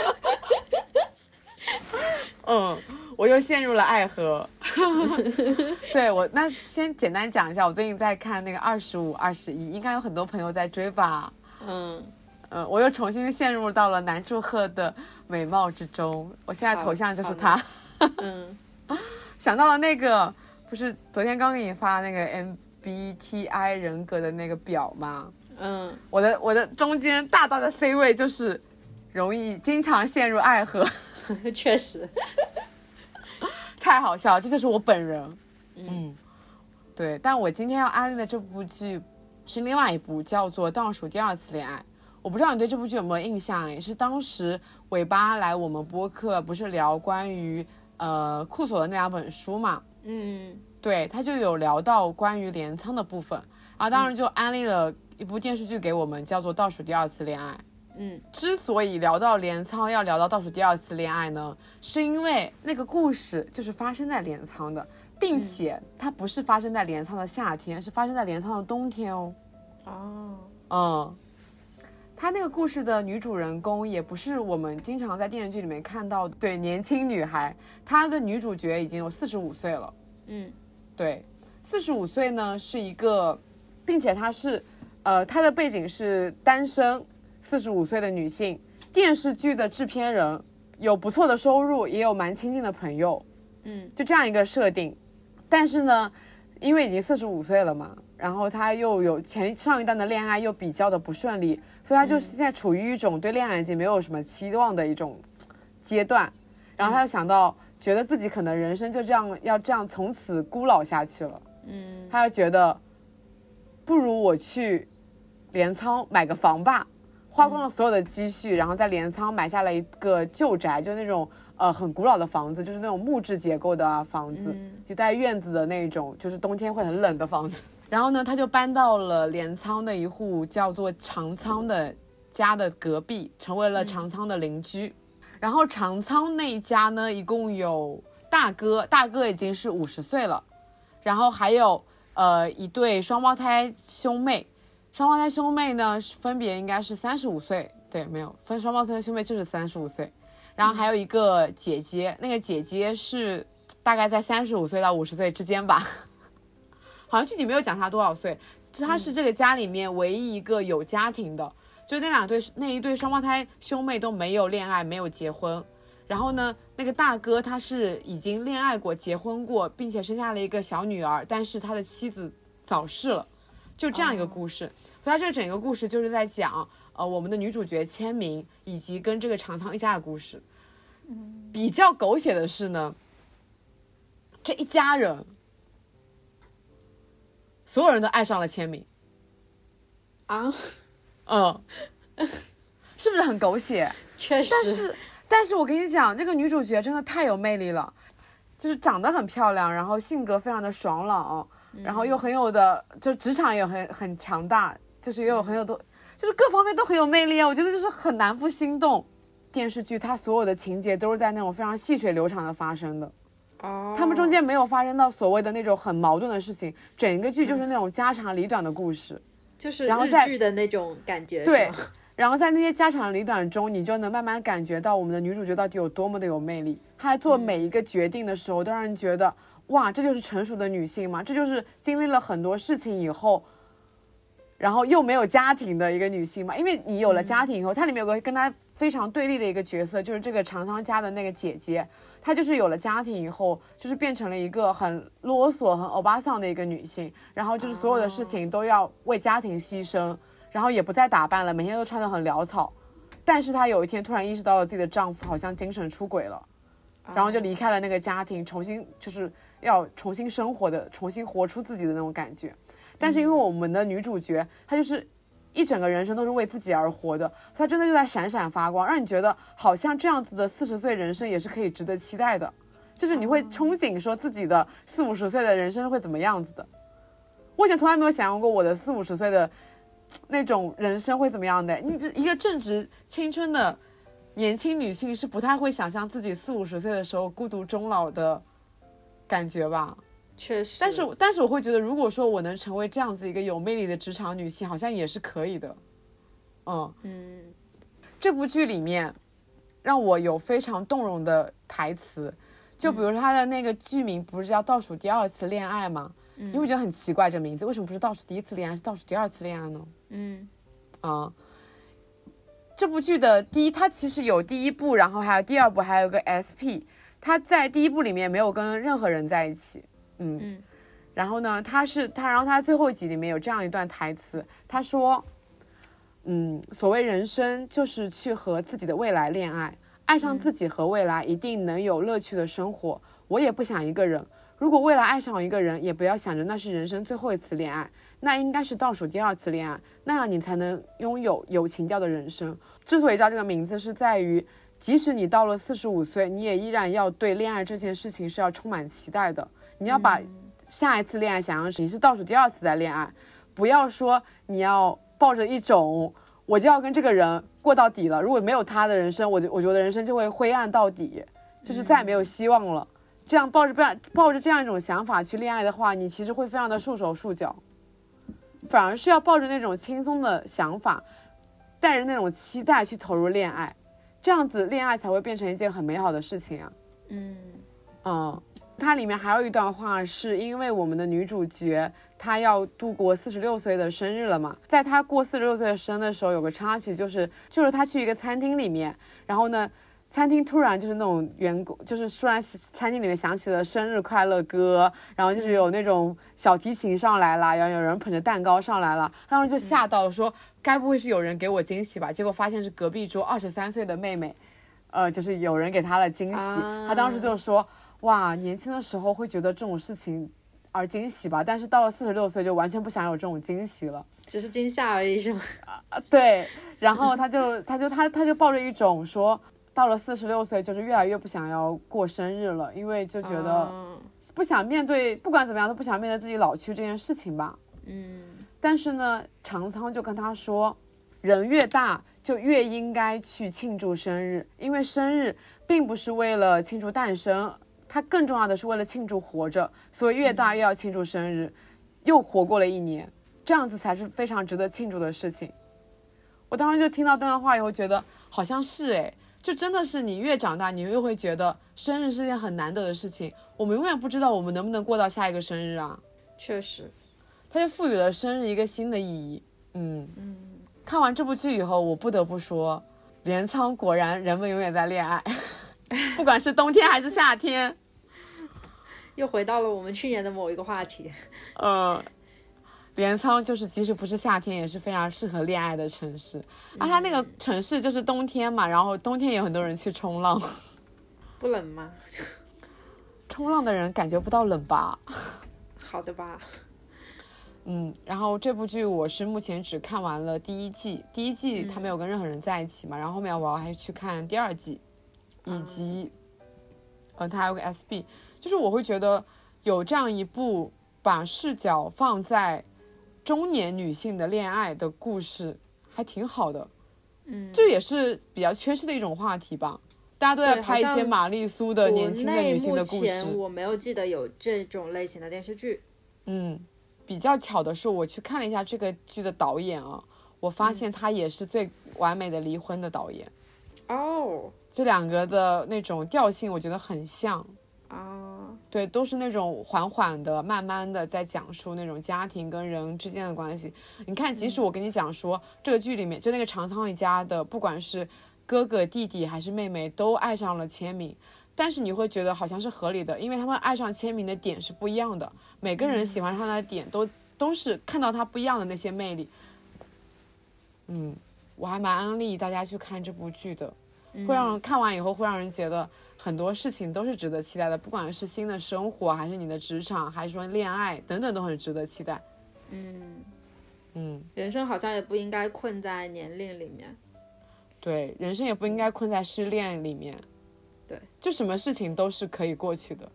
我又陷入了爱河。对，那先简单讲一下，我最近在看那个25、21，应该有很多朋友在追吧。我又重新陷入到了南柱赫的美貌之中，我现在头像就是他。想到了那个，不是昨天刚给你发那个 MBTI 人格的那个表吗？我的中间大大的 C 位就是容易经常陷入爱河。 确实。 太好笑了，这就是我本人。对，但我今天要安利的这部剧是另外一部，叫做《倒数第二次恋爱》。我不知道你对这部剧有没有印象，也是当时尾巴来我们播客不是聊关于库索的那2本书嘛？对，他就有聊到关于镰仓的部分，然后当时就安利了一部电视剧给我们，叫做《倒数第二次恋爱》。之所以聊到镰仓要聊到倒数第二次恋爱呢，是因为那个故事就是发生在镰仓的，并且它不是发生在镰仓的夏天，是发生在镰仓的冬天哦。它那个故事的女主人公也不是我们经常在电视剧里面看到的，对，年轻女孩，她的女主角已经有45岁了。对，45岁呢是一个，并且她是她的背景是单身45岁的女性，电视剧的制片人有不错的收入，也有蛮亲近的朋友，就这样一个设定。但是呢，因为已经45岁了嘛，然后他又有上一段的恋爱又比较的不顺利，所以他就是现在处于一种对恋爱已经没有什么期望的一种阶段。然后他就想到，觉得自己可能人生就这样要这样从此孤老下去了。他就觉得不如我去镰仓买个房吧，花光了所有的积蓄，然后在镰仓买下了一个旧宅，就那种很古老的房子，就是那种木质结构的房子，就带院子的那种，就是冬天会很冷的房子。然后呢，他就搬到了镰仓的一户叫做长仓的家的隔壁，成为了长仓的邻居。然后长仓那一家呢，一共有大哥已经是50岁了，然后还有一对双胞胎兄妹。双胞胎兄妹呢分别应该是35岁，对，没有分双胞胎兄妹就是35岁。然后还有一个姐姐，那个姐姐是大概在35岁到50岁之间吧，好像具体没有讲她多少岁。她是这个家里面唯一一个有家庭的，就那一对双胞胎兄妹都没有恋爱，没有结婚。然后呢，那个大哥他是已经恋爱过、结婚过，并且生下了一个小女儿，但是他的妻子早逝了，就这样一个故事。所以他这整个故事就是在讲我们的女主角千明以及跟这个长仓一家的故事。比较狗血的是呢，这一家人所有人都爱上了千明啊。 是不是很狗血？ 确实。 但是我跟你讲，这个女主角真的太有魅力了，就是长得很漂亮，然后性格非常的爽朗，然后又很有的，就职场也很强大，就是也有很有的，就是各方面都很有魅力啊！我觉得就是很难不心动。电视剧它所有的情节都是在那种非常细水流长的发生的，他们中间没有发生到所谓的那种很矛盾的事情，整个剧就是那种家长里短的故事， 就是日剧的那种感觉。 对。然后在那些家长里短中，你就能慢慢感觉到我们的女主角到底有多么的有魅力。她在做每一个决定的时候，都让人觉得，哇，这就是成熟的女性嘛，这就是经历了很多事情以后，然后又没有家庭的一个女性嘛。因为你有了家庭以后，它里面有个跟她非常对立的一个角色，就是这个长仓家的那个姐姐，她就是有了家庭以后，就是变成了一个很啰嗦、很欧巴桑的一个女性，然后就是所有的事情都要为家庭牺牲。然后也不再打扮了，每天都穿得很潦草。但是她有一天突然意识到了自己的丈夫好像精神出轨了，然后就离开了那个家庭，就是要重新生活的，重新活出自己的那种感觉。但是因为我们的女主角，她就是一整个人生都是为自己而活的，她真的就在闪闪发光，让你觉得好像这样子的40岁人生也是可以值得期待的，就是你会憧憬说自己的40、50岁的人生会怎么样子的。我以前从来没有想象过我的40、50岁的那种人生会怎么样的。你这一个正值青春的年轻女性是不太会想象自己40、50岁的时候孤独终老的感觉吧。 确实。 但是我会觉得，如果说我能成为这样子一个有魅力的职场女性，好像也是可以的。这部剧里面让我有非常动容的台词，就比如说它的那个剧名不是叫倒数第二次恋爱吗？你会觉得很奇怪，这名字为什么不是倒数第一次恋爱，是倒数第二次恋爱呢？这部剧的它其实有第一部，然后还有第二部，还有个 SP。他在第一部里面没有跟任何人在一起，然后呢，然后他最后一集里面有这样一段台词，他说，所谓人生就是去和自己的未来恋爱，爱上自己和未来，一定能有乐趣的生活。我也不想一个人。如果未来爱上一个人，也不要想着那是人生最后一次恋爱，那应该是倒数第二次恋爱，那样你才能拥有有情调的人生。之所以叫这个名字，是在于即使你到了45岁，你也依然要对恋爱这件事情是要充满期待的。你要把下一次恋爱想象成你是倒数第二次在恋爱，不要说你要抱着一种我就要跟这个人过到底了，如果没有他的人生，我觉得人生就会灰暗到底，就是再也没有希望了。这样抱着这样一种想法去恋爱的话，你其实会非常的束手束脚，反而是要抱着那种轻松的想法，带着那种期待去投入恋爱，这样子恋爱才会变成一件很美好的事情啊。它里面还有一段话，是因为我们的女主角她要度过46岁的生日了嘛，在她过46岁的生日的时候，有个插曲，就是她去一个餐厅里面，然后呢餐厅突然就是那种员工，就是突然餐厅里面响起了生日快乐歌，然后就是有那种小提琴上来了，然后有人捧着蛋糕上来了，他当时就吓到了，说该不会是有人给我惊喜吧？结果发现是隔壁桌23岁的妹妹，就是有人给她了惊喜。她当时就说，哇，年轻的时候会觉得这种事情而惊喜吧，但是到了46岁就完全不想有这种惊喜了， 只是惊吓而已，是吗？ 对，然后她就抱着一种说，到了46岁就是越来越不想要过生日了，因为就觉得不想面对，不管怎么样都不想面对自己老去这件事情吧。但是呢，长仓就跟他说，人越大就越应该去庆祝生日，因为生日并不是为了庆祝诞生，它更重要的是为了庆祝活着，所以越大越要庆祝生日，又活过了1年，这样子才是非常值得庆祝的事情。我当时就听到这段话以后觉得好像是诶，就真的是你越长大你越会觉得生日是件很难得的事情，我们永远不知道我们能不能过到下一个生日啊。 确实， 它就赋予了生日一个新的意义。看完这部剧以后，我不得不说，镰仓果然人们永远在恋爱，不管是冬天还是夏天。 又回到了我们去年的某一个话题。 镰仓就是即使不是夏天也是非常适合恋爱的城市。它那个城市就是冬天嘛，然后冬天有很多人去冲浪。 不冷吗？ 冲浪的人感觉不到冷吧？ 好的吧。 然后这部剧我是目前只看完了第1季，第1季他没有跟任何人在一起嘛，然后后面我还去看第2季，以及他还有个 SB， 就是我会觉得有这样一部把视角放在中年女性的恋爱的故事还挺好的。这也是比较缺失的一种话题吧，大家都在拍一些玛丽苏的年轻的女性的故事。 目前我没有记得有这种类型的电视剧。 比较巧的是我去看了一下这个剧的导演啊，我发现他也是最完美的离婚的导演。这两个的那种调性我觉得很像。对，都是那种缓缓的慢慢的在讲述那种家庭跟人之间的关系。你看，即使我跟你讲说这个剧里面就那个长仓一家的，不管是哥哥弟弟还是妹妹都爱上了千明，但是你会觉得好像是合理的，因为他们爱上千明的点是不一样的，每个人喜欢上他的点都是看到他不一样的那些魅力。我还蛮安利大家去看这部剧的，看完以后会让人觉得很多事情都是值得期待的，不管是新的生活还是你的职场还是说恋爱等等都很值得期待。 人生好像也不应该困在年龄里面。 对，人生也不应该困在失恋里面。 对， 就什么事情都是可以过去的。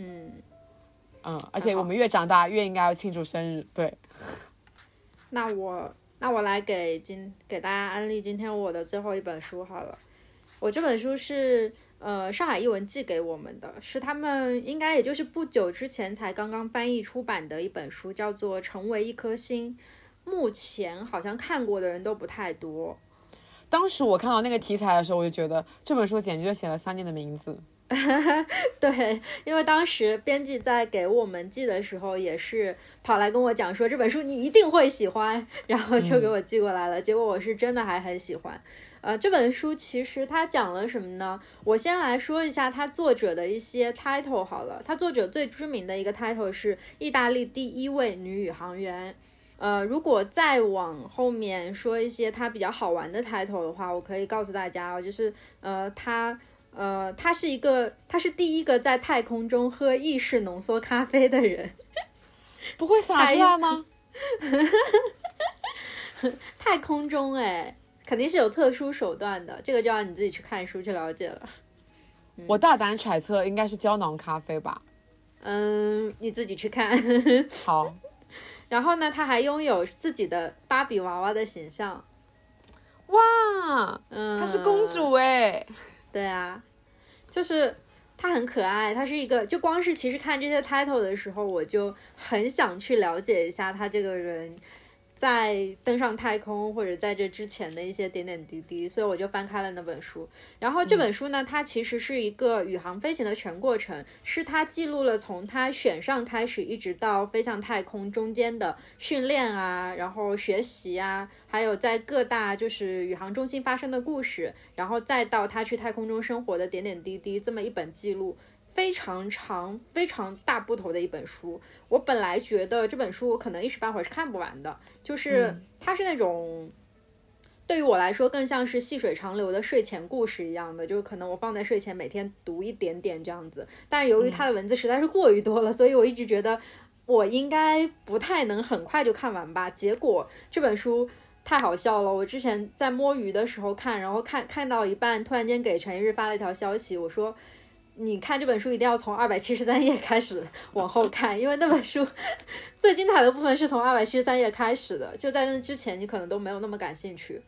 而且我们越长大越应该要庆祝生日。对， 那我来给大家安利今天我的最后一本书好了。我这本书是上海译文寄给我们的，是他们应该也就是不久之前才刚刚翻译出版的一本书，叫做《成为一颗星》。目前好像看过的人都不太多。 当时我看到那个题材的时候，我就觉得这本书简直就写了三年的名字。 对，因为当时编辑在给我们寄的时候也是跑来跟我讲说这本书你一定会喜欢，然后就给我寄过来了。结果我是真的还很喜欢。这本书其实它讲了什么呢？我先来说一下它作者的一些 title 好了。它作者最知名的一个 title 是意大利第1位女宇航员。如果再往后面说一些它比较好玩的 title 的话，我可以告诉大家就是他是第一个在太空中喝意式浓缩咖啡的人。 不会洒出来吗？ 太空中肯定是有特殊手段的，这个就要你自己去看书去了解了。 我大胆揣测应该是胶囊咖啡吧。 你自己去看。 好。 然后呢，他还拥有自己的芭比娃娃的形象。 哇，她是公主对啊，就是她很可爱，她是一个，就光是其实看这些 title 的时候，我就很想去了解一下她这个人， 在登上太空或者在这之前的一些点点滴滴，所以我就翻开了那本书。然后这本书呢，它其实是一个宇航飞行的全过程，是它记录了从它选上开始一直到飞向太空中间的训练啊，然后学习啊，还有在各大就是宇航中心发生的故事，然后再到他去太空中生活的点点滴滴，这么一本记录。非常长非常大部头的一本书，我本来觉得这本书我可能一时半会儿是看不完的，就是它是那种对于我来说更像是细水长流的睡前故事一样的，就是可能我放在睡前每天读一点点这样子，但是由于它的文字实在是过于多了，所以我一直觉得我应该不太能很快就看完吧。结果这本书太好笑了，我之前在摸鱼的时候看，然后看到一半突然间给陈一日发了一条消息，我说你看这本书一定要从273页开始往后看，因为那本书最精彩的部分是从273页开始的，就在那之前你可能都没有那么感兴趣。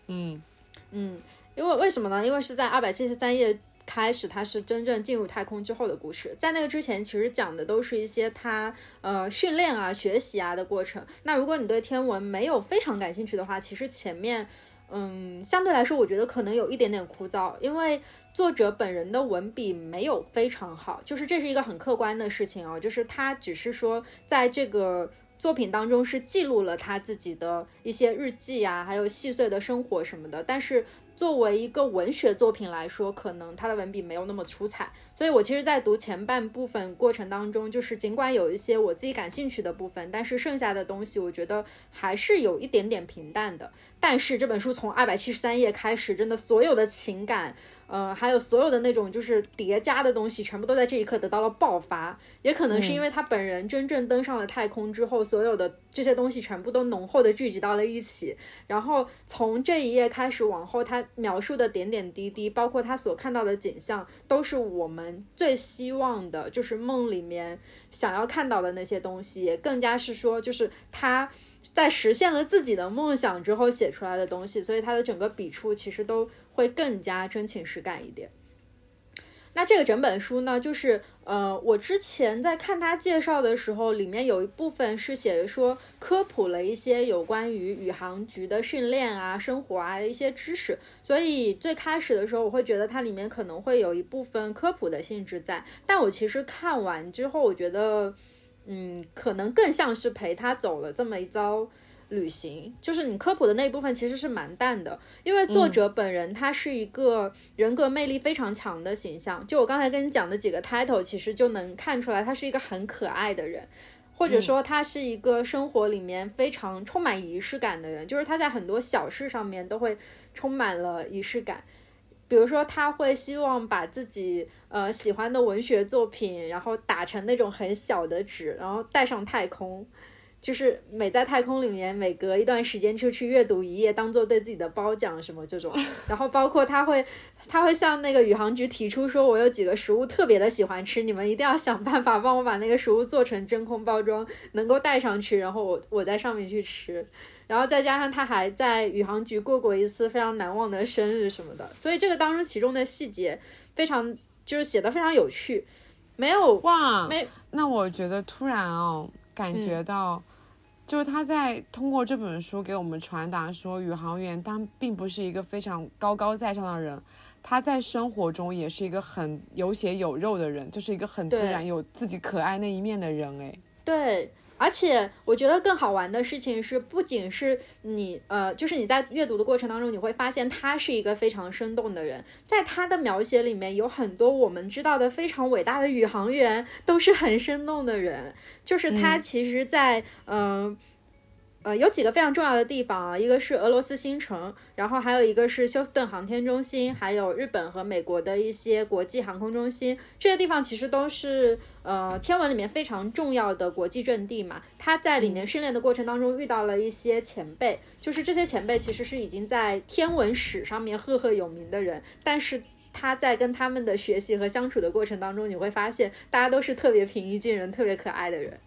因为什么呢？因为是在273页开始，它是真正进入太空之后的故事。在那个之前，其实讲的都是一些他训练啊、学习啊的过程。那如果你对天文没有非常感兴趣的话，其实前面相对来说我觉得可能有一点点枯燥，因为作者本人的文笔没有非常好，就是这是一个很客观的事情啊，就是他只是说在这个作品当中是记录了他自己的一些日记啊，还有细碎的生活什么的，但是作为一个文学作品来说，可能他的文笔没有那么出彩，所以我其实在读前半部分过程当中，就是尽管有一些我自己感兴趣的部分，但是剩下的东西我觉得还是有一点点平淡的。但是这本书从273页开始，真的所有的情感还有所有的那种就是叠加的东西全部都在这一刻得到了爆发，也可能是因为他本人真正登上了太空之后，所有的这些东西全部都浓厚的聚集到了一起，然后从这一页开始往后，他描述的点点滴滴，包括他所看到的景象，都是我们最希望的，就是梦里面想要看到的那些东西，也更加是说就是他在实现了自己的梦想之后写出来的东西，所以他的整个笔触其实都会更加真情实感一点。那这个整本书呢，就是我之前在看他介绍的时候，里面有一部分是写说科普了一些有关于宇航局的训练啊、生活啊的一些知识，所以最开始的时候我会觉得它里面可能会有一部分科普的性质在，但我其实看完之后，我觉得可能更像是陪他走了这么一遭旅行，就是你科普的那一部分其实是蛮淡的，因为作者本人他是一个人格魅力非常强的形象，就我刚才跟你讲的几个 title 其实就能看出来他是一个很可爱的人，或者说他是一个生活里面非常充满仪式感的人，就是他在很多小事上面都会充满了仪式感。比如说他会希望把自己喜欢的文学作品然后打成那种很小的纸，然后带上太空，就是每在太空里面每隔一段时间就去阅读一页，当做对自己的褒奖什么这种。然后包括他会向那个宇航局提出说，我有几个食物特别的喜欢吃，你们一定要想办法帮我把那个食物做成真空包装，能够带上去，然后我在上面去吃。然后再加上他还在宇航局过过一次非常难忘的生日什么的，所以这个当中其中的细节非常就是写得非常有趣。没有哇，那我觉得突然感觉到就是他在通过这本书给我们传达说，宇航员他并不是一个非常高高在上的人，他在生活中也是一个很有血有肉的人，就是一个很自然有自己可爱那一面的人。 对，而且我觉得更好玩的事情是，不仅是你就是你在阅读的过程当中，你会发现他是一个非常生动的人，在他的描写里面有很多我们知道的非常伟大的宇航员都是很生动的人，就是他其实在有几个非常重要的地方啊，一个是俄罗斯星城，然后还有一个是休斯顿航天中心，还有日本和美国的一些国际航空中心，这些地方其实都是天文里面非常重要的国际阵地嘛。他在里面训练的过程当中遇到了一些前辈，就是这些前辈其实是已经在天文史上面赫赫有名的人，但是他在跟他们的学习和相处的过程当中，你会发现大家都是特别平易近人、特别可爱的人。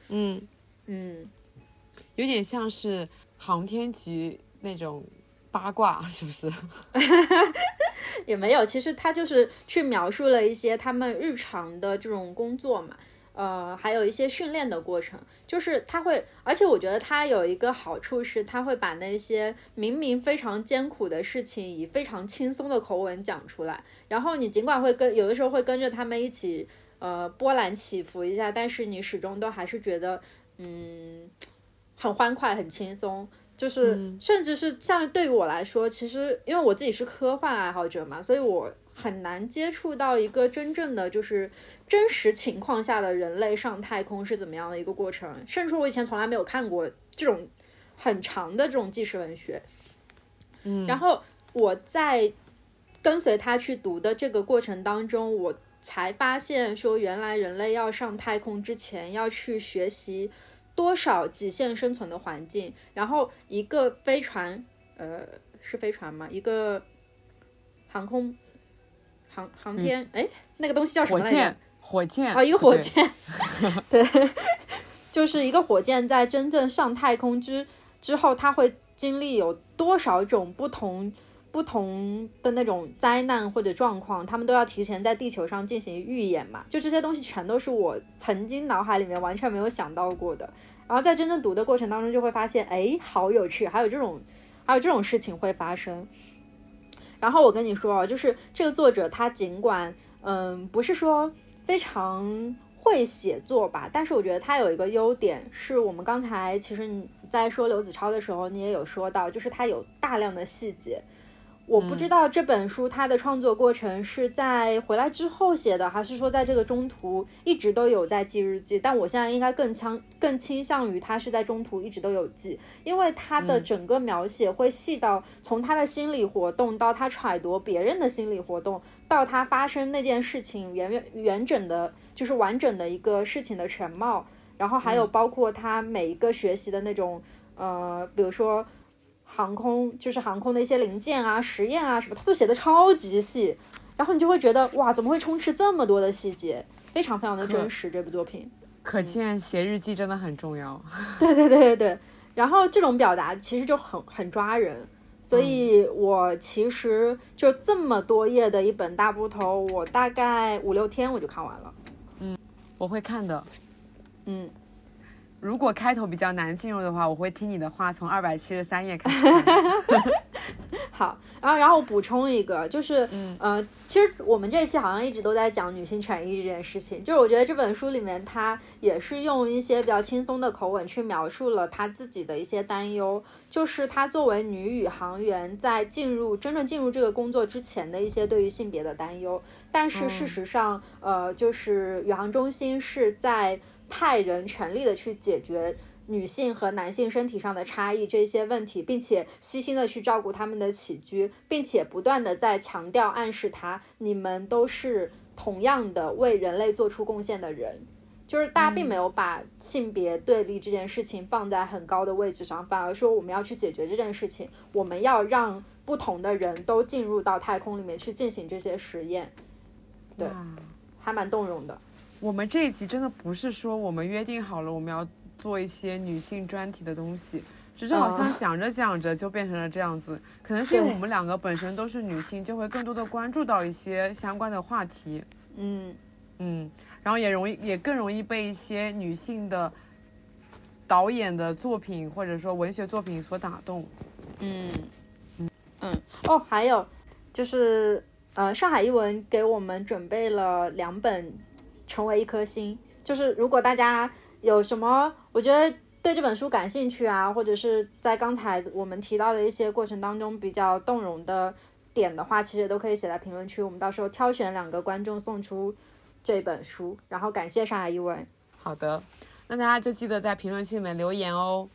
有点像是航天局那种八卦，是不是？ 也没有，其实他就是去描述了一些他们日常的这种工作嘛。 还有一些训练的过程，就是他会，而且我觉得他有一个好处是，他会把那些明明非常艰苦的事情以非常轻松的口吻讲出来，然后你尽管会有的时候会跟着他们一起波澜起伏一下，但是你始终都还是觉得很欢快很轻松。就是甚至是像对于我来说，其实因为我自己是科幻爱好者嘛，所以我很难接触到一个真正的就是真实情况下的人类上太空是怎么样的一个过程，甚至我以前从来没有看过这种很长的这种纪实文学。然后我在跟随他去读的这个过程当中，我才发现说原来人类要上太空之前要去学习多少极限生存的环境，然后一个飞船是飞船吗？一个航天那个东西叫什么来着？ 火箭一个火箭对就是一个火箭在真正上太空之后，它会经历有多少种不同的那种灾难或者状况，他们都要提前在地球上进行预演嘛，就这些东西全都是我曾经脑海里面完全没有想到过的，然后在真正读的过程当中就会发现好有趣，还有这种事情会发生。然后我跟你说就是这个作者他尽管不是说非常会写作吧，但是我觉得他有一个优点，是我们刚才其实你在说刘子超的时候你也有说到，就是他有大量的细节。我不知道这本书它的创作过程是在回来之后写的，还是说在这个中途一直都有在记日记，但我现在应该更倾向于它是在中途一直都有记，因为它的整个描写会细到从他的心理活动到他揣度别人的心理活动，到他发生那件事情完整的一个事情的全貌，然后还有包括他每一个学习的那种比如说航空的一些零件啊实验啊什么，他都写的超级细，然后你就会觉得哇怎么会充斥这么多的细节，非常非常的真实。这部作品可见写日记真的很重要。 对，然后这种表达其实就很抓人，所以我其实就这么多页的一本大部头，我大概5-6天我就看完了。 我会看的。如果开头比较难进入的话，我会听你的话，从273页开始看。 好，然后我补充一个，就是其实我们这一期好像一直都在讲女性权益这件事情，就是我觉得这本书里面它也是用一些比较轻松的口吻去描述了她自己的一些担忧，就是她作为女宇航员在真正进入这个工作之前的一些对于性别的担忧，但是事实上就是宇航中心是在派人全力的去解决女性和男性身体上的差异这些问题，并且悉心的去照顾他们的起居，并且不断的在强调暗示你们都是同样的为人类做出贡献的人，就是大家并没有把性别对立这件事情放在很高的位置上，反而说我们要去解决这件事情，我们要让不同的人都进入到太空里面去进行这些实验。对，还蛮动容的。 我们这一集真的不是说我们约定好了我们要做一些女性专题的东西，只是好像讲着讲着就变成了这样子，可能是因为我们两个本身都是女性，就会更多的关注到一些相关的话题。然后也更容易被一些女性的导演的作品或者说文学作品所打动。 还有就是上海译文给我们准备了2本成为一颗星，就是如果大家有什么我觉得对这本书感兴趣啊，或者是在刚才我们提到的一些过程当中比较动容的点的话，其实都可以写在评论区，我们到时候挑选2个观众送出这本书，然后感谢上海译文。 好的，那大家就记得在评论区里面留言哦。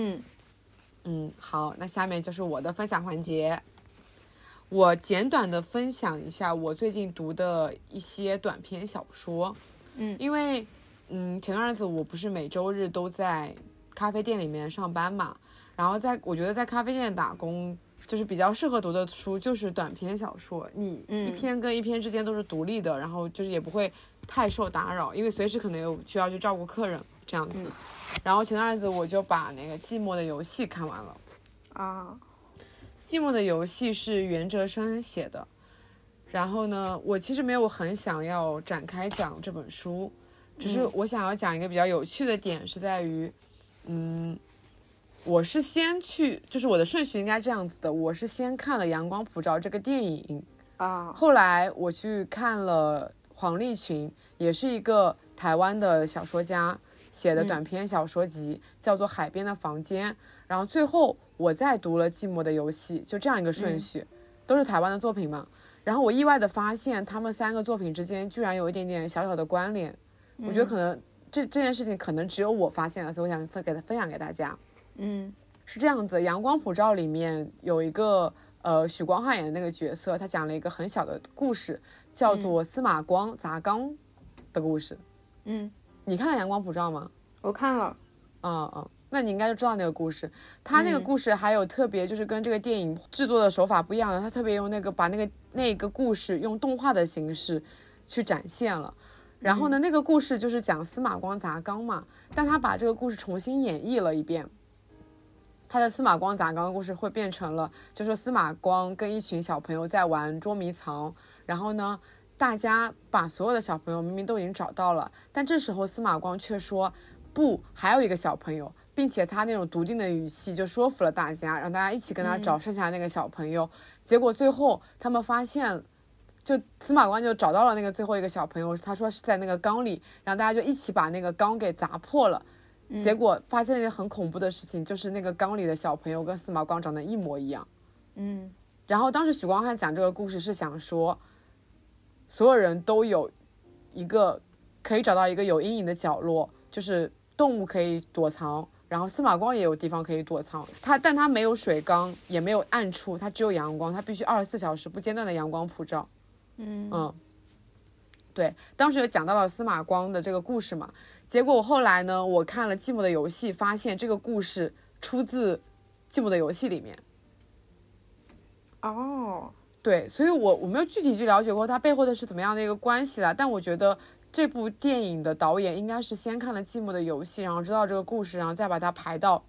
好，那下面就是我的分享环节。我简短的分享一下我最近读的一些短篇小说。因为前段日子我不是每周日都在咖啡店里面上班嘛，然后我觉得在咖啡店打工就是比较适合读的书就是短篇小说，你一篇跟一篇之间都是独立的，然后就是也不会太受打扰，因为随时可能有需要去照顾客人这样子。然后前段日子我就把那个《寂寞的游戏》看完了。寂寞的游戏是袁哲生写的，然后呢我其实没有很想要展开讲这本书， 就是我想要讲一个比较有趣的点是在于，我是先去，就是我的顺序应该这样子的，我是先看了《阳光普照》这个电影啊， 后来我去看了黄立群，也是一个台湾的小说家写的短篇小说集，叫做《海边的房间》，然后最后我再读了《寂寞的游戏》，就这样一个顺序，都是台湾的作品嘛。然后我意外的发现，他们3个作品之间居然有一点点小小的关联。我觉得可能这件事情可能只有我发现了，所以我想分享给大家。是这样子，《阳光普照》里面有一个许光汉演的那个角色，他讲了一个很小的故事，叫做司马光砸缸的故事。你看了《阳光普照》吗？ 我看了。 那你应该就知道那个故事。他那个故事还有特别，就是跟这个电影制作的手法不一样的，他特别用把那个故事用动画的形式去展现了。然后呢，那个故事就是讲司马光砸缸嘛，但他把这个故事重新演绎了一遍。他的司马光砸缸的故事会变成了，就是司马光跟一群小朋友在玩捉迷藏，然后呢，大家把所有的小朋友明明都已经找到了，但这时候司马光却说不，还有一个小朋友，并且他那种笃定的语气就说服了大家，让大家一起跟他找剩下那个小朋友。结果最后他们发现，就司马光就找到了那个最后一个小朋友，他说是在那个缸里，然后大家就一起把那个缸给砸破了。结果发现一件很恐怖的事情，就是那个缸里的小朋友跟司马光长得一模一样。然后当时许光汉讲这个故事是想说，所有人都有一个可以找到一个有阴影的角落，就是动物可以躲藏，然后司马光也有地方可以躲藏。但他没有水缸，也没有暗处，他只有阳光，他必须24小时不间断的阳光普照。对，当时就讲到了司马光的这个故事嘛。结果我后来呢，我看了《寂寞的游戏》，发现这个故事出自《寂寞的游戏》里面。对，所以我没有具体去了解过它背后的是怎么样的一个关系啦。但我觉得这部电影的导演应该是先看了《寂寞的游戏》，然后知道这个故事，然后再把它排到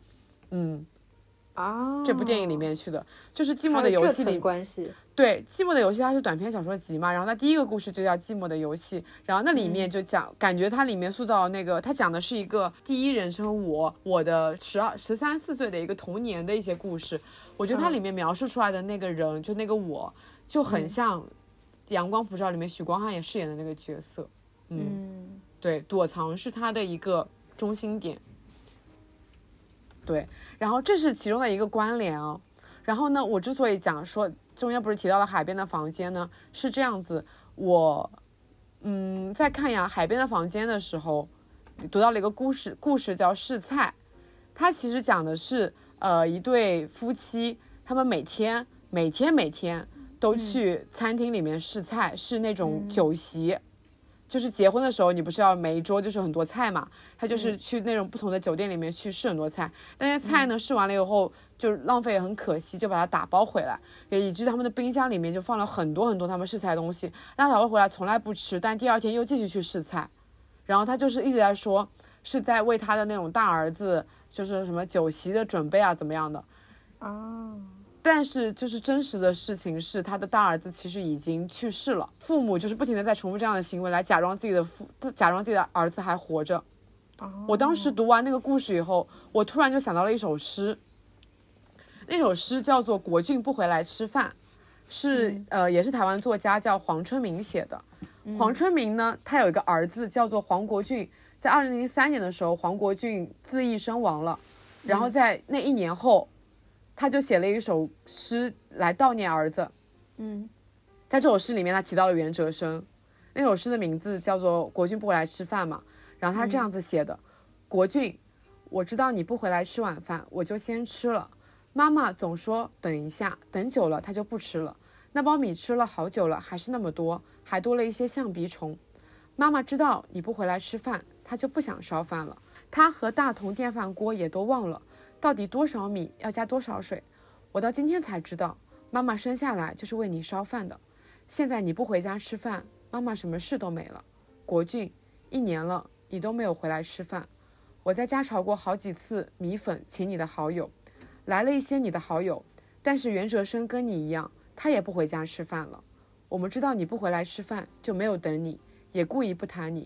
这部电影里面去的。就是《寂寞的游戏》里关系。 对，《寂寞的游戏》它是短篇小说集嘛，然后它第一个故事就叫《寂寞的游戏》，然后那里面就讲，感觉它里面塑造那个，它讲的是一个第一人称我的13、14岁的一个童年的一些故事。我觉得它里面描述出来的那个人，就那个我，就很像《阳光普照》里面许光汉也饰演的那个角色。对，躲藏是他的一个中心点。对，然后这是其中的一个关联啊。然后呢，我之所以讲说中间不是提到了海边的房间呢，是这样子，我在看海边的房间的时候，读到了一个故事叫试菜。它其实讲的是一对夫妻，他们每天都去餐厅里面试菜，是那种酒席。就是结婚的时候，你不是要每一桌就是很多菜嘛？他就是去那种不同的酒店里面去试很多菜，那些菜呢试完了以后就浪费也很可惜，就把它打包回来，也以致他们的冰箱里面就放了很多很多他们试菜的东西。那打包回来从来不吃，但第二天又继续去试菜，然后他就是一直在说是在为他的那种大儿子就是什么酒席的准备啊怎么样的但是就是真实的事情是，他的大儿子其实已经去世了，父母就是不停的在重复这样的行为来假装自己的儿子还活着。我当时读完那个故事以后，我突然就想到了一首诗，那首诗叫做《国俊不回来吃饭》，是也是台湾作家叫黄春明写的。黄春明呢，他有一个儿子叫做黄国俊，在2003年的时候，黄国俊自缢身亡了，然后在那1年后。他就写了一首诗来悼念儿子。在这首诗里面他提到了袁哲生，那首诗的名字叫做《国俊不回来吃饭》嘛，然后他是这样子写的：国俊，我知道你不回来吃晚饭，我就先吃了。妈妈总说等一下，等久了他就不吃了。那包米吃了好久了，还是那么多，还多了一些象鼻虫。妈妈知道你不回来吃饭，他就不想烧饭了。他和大同电饭锅也都忘了到底多少米要加多少水，我到今天才知道，妈妈生下来就是为你烧饭的。现在你不回家吃饭，妈妈什么事都没了。国俊，1年了，你都没有回来吃饭。我在家炒过好几次米粉，请你的好友，来了一些你的好友，但是袁哲生跟你一样，他也不回家吃饭了。我们知道你不回来吃饭，就没有等你，也故意不谈你。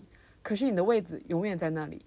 可是你的位子永远在那里。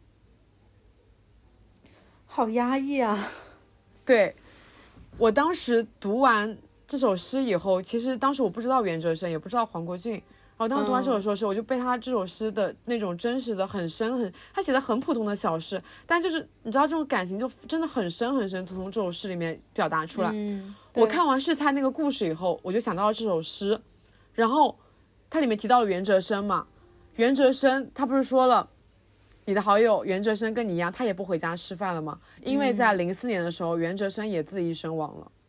好压抑啊。 对，我当时读完这首诗以后，其实当时我不知道袁哲生，也不知道黄国俊，然后当时读完这首诗，我就被他这首诗的那种真实的很深他写的很普通的小事，但就是你知道这种感情就真的很深很深，从这首诗里面表达出来。我看完试猜那个故事以后，我就想到了这首诗，然后它里面提到了袁哲生嘛，袁哲生他不是说了你的好友袁哲生跟你一样，他也不回家吃饭了吗？因为在04年的时候，袁哲生也自缢身亡了。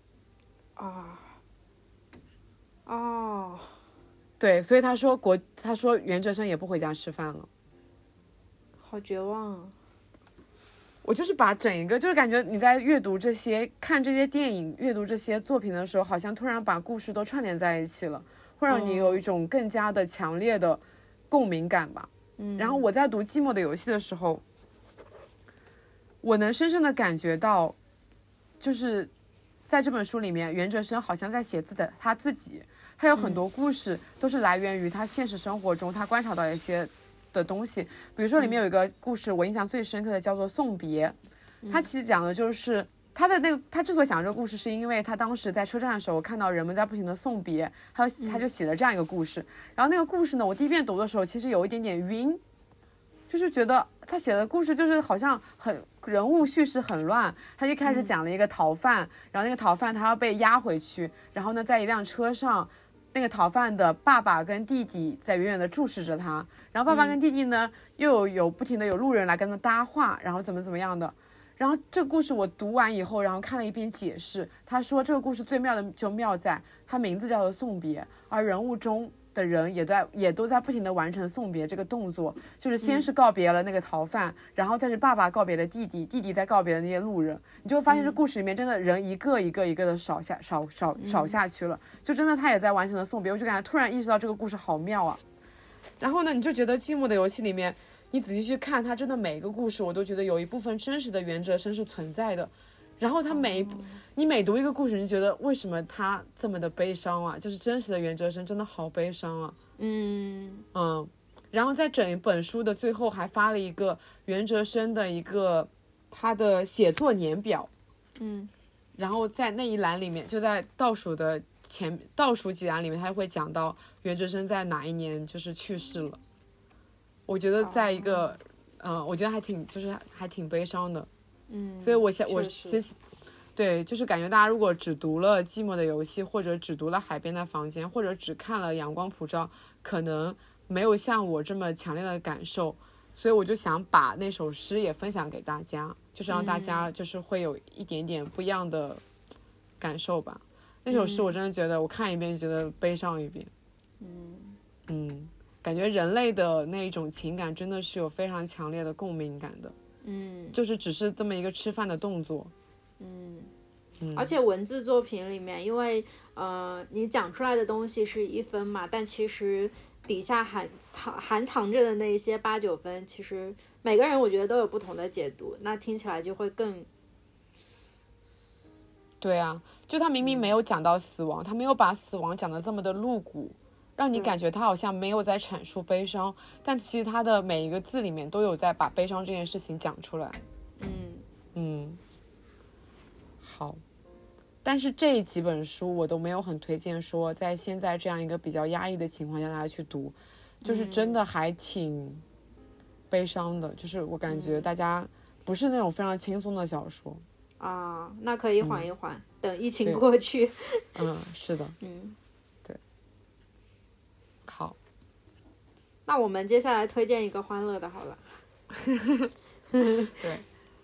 对，所以他说袁哲生也不回家吃饭了。 好绝望啊。 我就是把整一个，就是感觉你在阅读这些、看这些电影、阅读这些作品的时候，好像突然把故事都串联在一起了，会让你有一种更加的强烈的共鸣感吧。然后我在读《寂寞的游戏》的时候，我能深深的感觉到，就是在这本书里面，袁哲生好像在写他自己，他有很多故事都是来源于他现实生活中他观察到一些的东西。比如说里面有一个故事我印象最深刻的叫做《送别》，他其实讲的就是他之所以讲这个故事，是因为他当时在车站的时候看到人们在不停的送别，他就写了这样一个故事。然后那个故事呢，我第一遍读的时候其实有一点点晕，就是觉得他写的故事就是好像人物叙事很乱。他一开始讲了一个逃犯，然后那个逃犯他要被押回去，然后呢在一辆车上，那个逃犯的爸爸跟弟弟在远远的注视着他，然后爸爸跟弟弟呢又有不停的有路人来跟他搭话，然后怎么样的。然后这个故事我读完以后，然后看了一篇解释，他说这个故事最妙的就妙在它名字叫做送别，而人物中的人也都在不停的完成送别这个动作，就是先是告别了那个逃犯，然后再是爸爸告别了弟弟，弟弟再告别了那些路人，你就会发现这故事里面真的人一个一个的少下去了，就真的他也在完成了送别。我就感觉突然意识到这个故事好妙啊。然后呢，你就觉得《寂寞的游戏》里面你仔细去看，它真的每一个故事我都觉得有一部分真实的袁哲生是存在的。然后你每读一个故事，你就觉得为什么他这么的悲伤啊，就是真实的袁哲生真的好悲伤啊。然后在整一本书的最后还发了一个袁哲生的一个他的写作年表。然后在那一栏里面，就在倒数几栏里面，他会讲到袁哲生在哪一年就是去世了。我觉得在一个我觉得还挺悲伤的。所以我其实对，就是感觉大家如果只读了《寂寞的游戏》，或者只读了《海边的房间》，或者只看了《阳光普照》，可能没有像我这么强烈的感受。所以我就想把那首诗也分享给大家，就是让大家就是会有一点点不一样的感受吧。那首诗我真的觉得我看一遍就觉得悲伤一遍。感觉人类的那一种情感真的是有非常强烈的共鸣感的。就是只是这么一个吃饭的动作。 而且文字作品里面，因为你讲出来的东西是1分嘛，但其实底下含藏着的那些8、9分，其实每个人我觉得都有不同的解读，那听起来就会更。 对啊，就他明明没有讲到死亡，他没有把死亡讲得这么的露骨，让你感觉他好像没有在阐述悲伤，但其实他的每一个字里面都有在把悲伤这件事情讲出来。好，但是这几本书我都没有很推荐说在现在这样一个比较压抑的情况下大家去读，就是真的还挺悲伤的，就是我感觉大家不是那种非常轻松的小说啊。那可以缓一缓，等疫情过去。 是的。对。好， 那我们接下来推荐一个欢乐的好了。 对。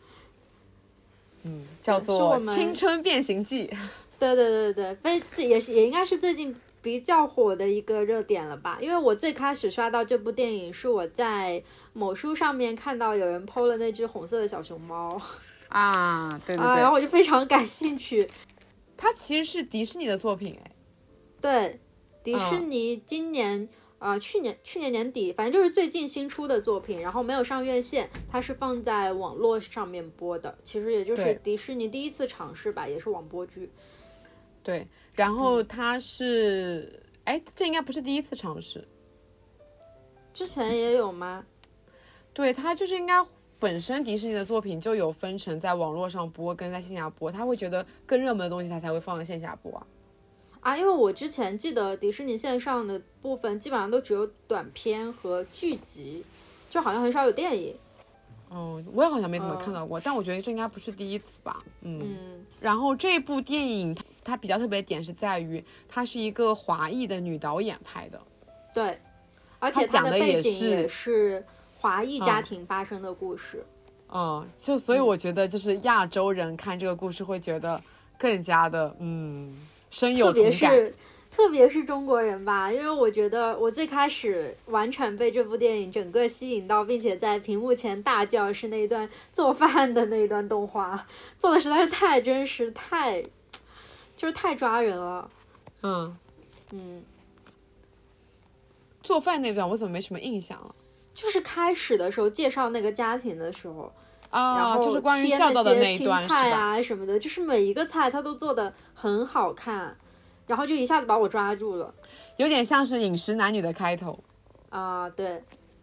叫做《青春变形记》。 对，这也应该是最近比较火的一个热点了吧？因为我最开始刷到这部电影是我在某书上面看到有人 PO 了那只红色的小熊猫啊，对， 然后我就非常感兴趣。 它其实是迪士尼的作品。 对，迪士尼今年去年年底，反正就是最近新出的作品，然后没有上院线，它是放在网络上面播的，其实也就是迪士尼第一次尝试吧，也是网播剧。 对，然后它是这应该不是第一次尝试， 之前也有吗？ 对，它就是应该本身迪士尼的作品就有分成在网络上播跟在线下播，他会觉得更热门的东西他才会放在线下播啊。 因为我之前记得迪士尼线上的部分基本上都只有短片和剧集，就好像很少有电影。 我也好像没怎么看到过，但我觉得这应该不是第一次吧。然后这部电影它比较特别的点是在于它是一个华裔的女导演拍的。 对，而且它的背景也是华裔家庭发生的故事。 就所以我觉得就是亚洲人看这个故事会觉得更加的深有同感。 特别是中国人吧，因为我觉得我最开始完全被这部电影整个吸引到，并且在屏幕前大叫是那一段做饭的那一段动画，做的实在是太真实，太抓人了。 做饭那段我怎么没什么印象了？ 就是开始的时候介绍那个家庭的时候然后就是关于孝道的那一段青菜啊什么的，就是每一个菜它都做的很好看，然后就一下子把我抓住了， 有点像是饮食男女的开头对，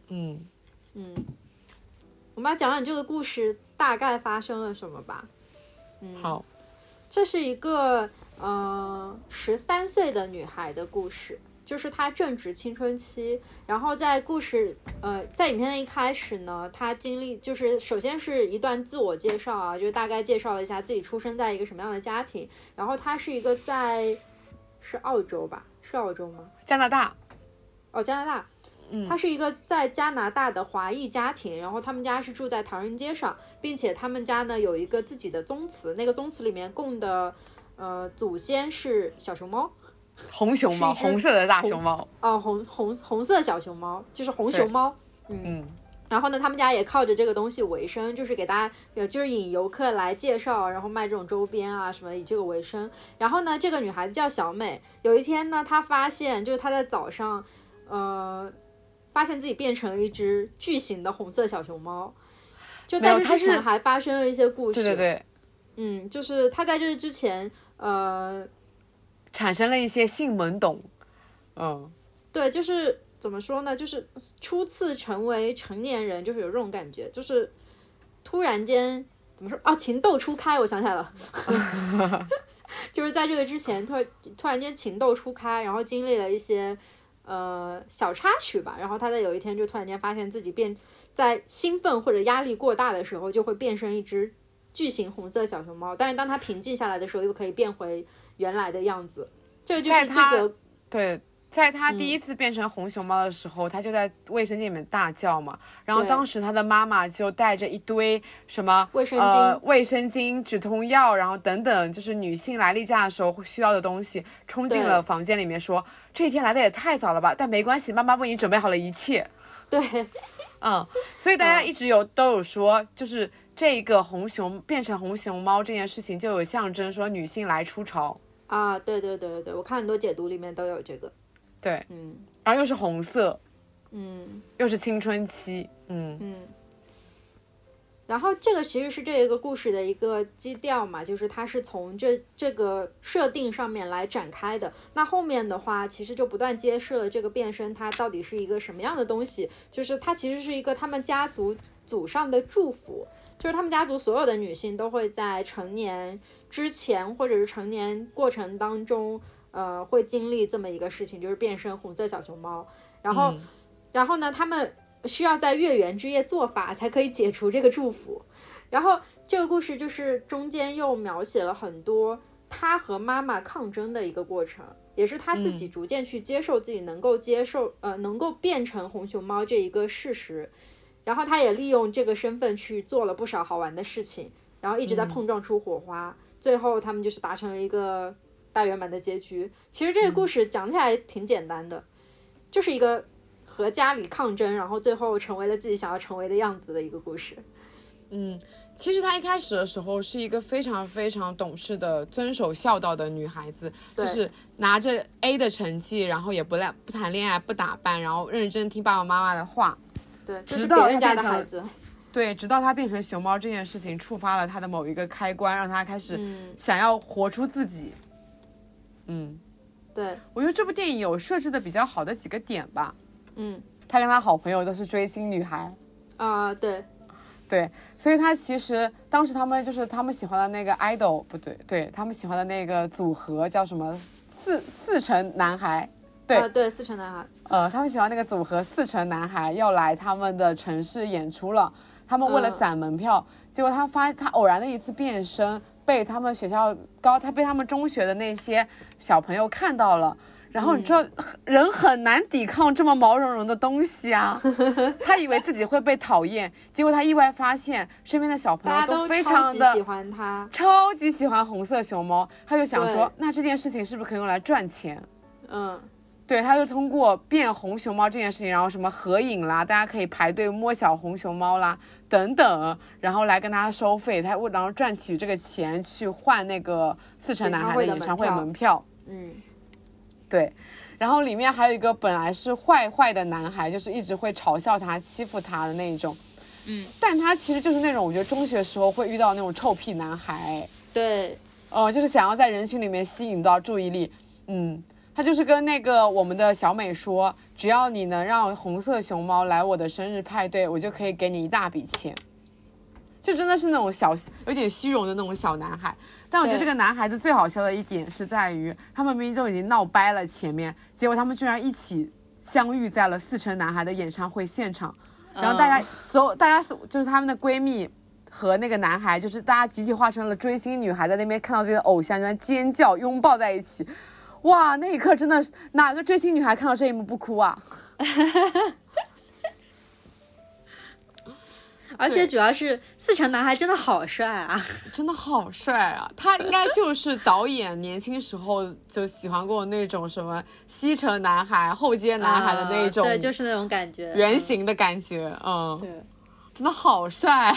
我们来讲讲这个故事大概发生了什么吧。 好， 这是一个13岁的女孩的故事，就是她正值青春期，然后在在影片的一开始呢，她经历就是首先是一段自我介绍就是大概介绍了一下自己出生在一个什么样的家庭，然后她是一个是澳洲吧？是澳洲吗？ 加拿大。 加拿大。他是一个在加拿大的华裔家庭，然后他们家是住在唐人街上，并且他们家呢有一个自己的宗祠，那个宗祠里面供的祖先是小熊猫， 红熊猫，红色的大熊猫红色小熊猫，就是红熊猫。然后呢，他们家也靠着这个东西为生，就是给大家就是引游客来介绍，然后卖这种周边啊什么，以这个为生。然后呢，这个女孩子叫小美，有一天呢，她发现就是她在早上发现自己变成了一只巨型的红色小熊猫，就在这之前还发生了一些故事。 对， 就是她在这之前产生了一些性懵懂。 对，就是怎么说呢，就是初次成为成年人，就是有这种感觉，就是突然间怎么说情窦初开，我想起来了就是在这个之前突然间情窦初开，然后经历了一些小插曲吧，然后他在有一天就突然间发现自己在兴奋或者压力过大的时候就会变成一只巨型红色小熊猫，但是当他平静下来的时候又可以变回原来的样子。这个就是这个对，在他第一次变成红熊猫的时候，他就在卫生间里面大叫嘛，然后当时他的妈妈就带着一堆什么卫生巾、止痛药，然后等等，就是女性来例假的时候需要的东西，冲进了房间里面说，这一天来的也太早了吧，但没关系，妈妈为你准备好了一切。 对， 所以大家一直都有说，就是这个变成红熊猫这件事情就有象征说女性来出潮对，我看很多解读里面都有这个。 对，然后又是红色，又是青春期， 然后这个其实是这个故事的一个基调嘛，就是它是从这个设定上面来展开的。那后面的话，其实就不断揭示了这个变身它到底是一个什么样的东西，就是它其实是一个他们家族祖上的祝福，就是他们家族所有的女性都会在成年之前或者是成年过程当中会经历这么一个事情，就是变身红色小熊猫。然后呢，他们需要在月圆之夜做法才可以解除这个祝福。然后这个故事就是中间又描写了很多他和妈妈抗争的一个过程，也是他自己逐渐去接受自己能够能够变成红熊猫这一个事实。然后他也利用这个身份去做了不少好玩的事情，然后一直在碰撞出火花，最后他们就是达成了一个大圆满的结局。其实这个故事讲起来挺简单的，就是一个和家里抗争，然后最后成为了自己想要成为的样子的一个故事。 其实她一开始的时候是一个非常非常懂事的遵守孝道的女孩子，就是拿着 A 的成绩，然后也不谈恋爱，不打扮，然后认真听爸爸妈妈的话。 对，这是别人家的孩子。 对，直到她变成熊猫这件事情触发了她的某一个开关，让她开始想要活出自己。 对， 我觉得这部电影有设置的比较好的几个点吧。他跟他好朋友都是追星女孩。 啊，对， 所以他其实当时他们喜欢的那个 idol 不对，对他们喜欢的那个组合叫什么四城男孩，对， 对，四城男孩， 他们喜欢那个组合四城男孩要来他们的城市演出了，他们为了攒门票，结果他偶然的一次变身被他们学校他被他们中学的那些小朋友看到了。然后你知道，人很难抵抗这么毛茸茸的东西啊！他以为自己会被讨厌，结果他意外发现身边的小朋友都非常的超级喜欢他， 超级喜欢红色熊猫。他就想说，那这件事情是不是可以用来赚钱？对，他就通过变红熊猫这件事情，然后什么合影啦，大家可以排队摸小红熊猫啦，等等，然后来跟他收费，然后赚取这个钱去换那个四城男孩的演唱会门票。对，然后里面还有一个本来是坏坏的男孩，就是一直会嘲笑他、欺负他的那种。但他其实就是那种我觉得中学时候会遇到那种臭屁男孩。 对， 就是想要在人群里面吸引到注意力。他就是跟那个我们的小美说，只要你能让红色熊猫来我的生日派对，我就可以给你一大笔钱。就真的是那种有点虚荣的那种小男孩。但我觉得这个男孩子最好笑的一点是在于，他们明明就已经闹掰了前面，结果他们居然一起相遇在了四城男孩的演唱会现场，然后大家就是他们的闺蜜和那个男孩，就是大家集体化成了追星女孩，在那边看到自己的偶像，就在尖叫拥抱在一起。哇，那一刻真的哪个追星女孩看到这一幕不哭啊？ 而且主要是四城男孩真的好帅啊， 真的好帅啊！他应该就是导演年轻时候就喜欢过那种什么西城男孩、后街男孩的那种， 对，就是那种感觉， 原型的感觉， 对， 真的好帅。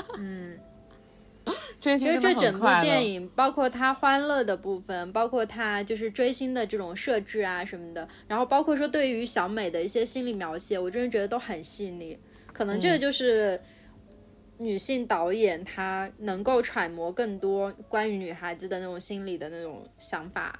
其实这整部电影包括他欢乐的部分，包括他就是追星的这种设置啊什么的，然后包括说对于小美的一些心理描写，我真的觉得都很细腻。可能这个就是女性导演她能够揣摩更多关于女孩子的那种心理的那种想法。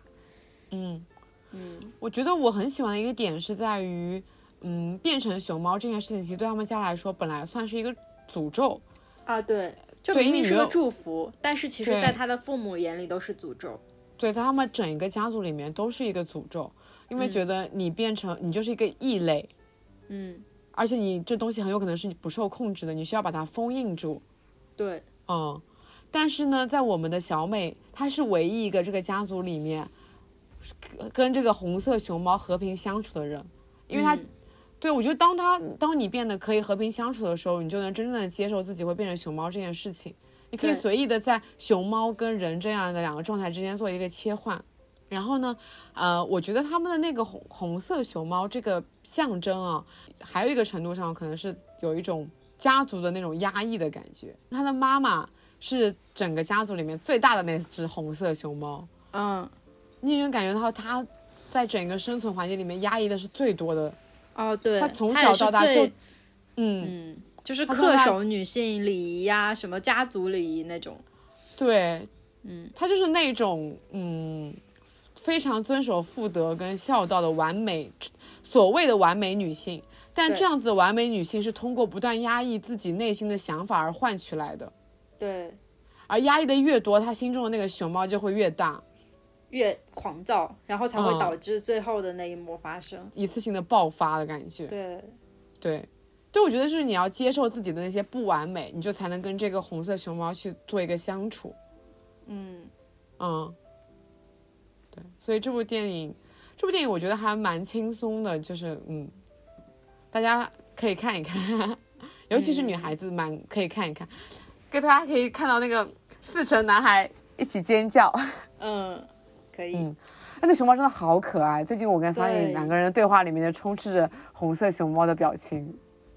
我觉得我很喜欢的一个点是在于，变成熊猫这件事情其实对他们家来说本来算是一个诅咒啊，对，就明明是个祝福，但是其实在他的父母眼里都是诅咒。 对，在他们整一个家族里面都是一个诅咒，因为觉得你变成你就是一个异类。而且你这东西很有可能是你不受控制的，你需要把它封印住。 对， 但是呢，在我们的小美，她是唯一一个这个家族里面跟这个红色熊猫和平相处的人，因为她，对，我觉得当你变得可以和平相处的时候，你就能真正的接受自己会变成熊猫这件事情，你可以随意的在熊猫跟人这样的两个状态之间做一个切换。然后呢，我觉得他们的那个红色熊猫这个象征啊，还有一个程度上可能是有一种家族的那种压抑的感觉。他的妈妈是整个家族里面最大的那只红色熊猫，你已经感觉到他在整个生存环境里面压抑的是最多的。 对， 他从小到大就， 就是恪守女性礼仪呀，什么家族礼仪那种。 对，他就是那种非常遵守妇德跟孝道的完美，所谓的完美女性。但这样子的完美女性是通过不断压抑自己内心的想法而换取来的。 对， 而压抑的越多，她心中的那个熊猫就会越大， 越狂躁，然后才会导致最后的那一幕发生， 一次性的爆发的感觉。对，我觉得就是你要接受自己的那些不完美，你就才能跟这个红色熊猫去做一个相处。对，所以这部电影我觉得还蛮轻松的，就是大家可以看一看，尤其是女孩子可以看一看，大家可以看到那个四城男孩一起尖叫。 可以。 那熊猫真的好可爱，最近我跟Sunny两个人的对话里面就充斥着红色熊猫的表情。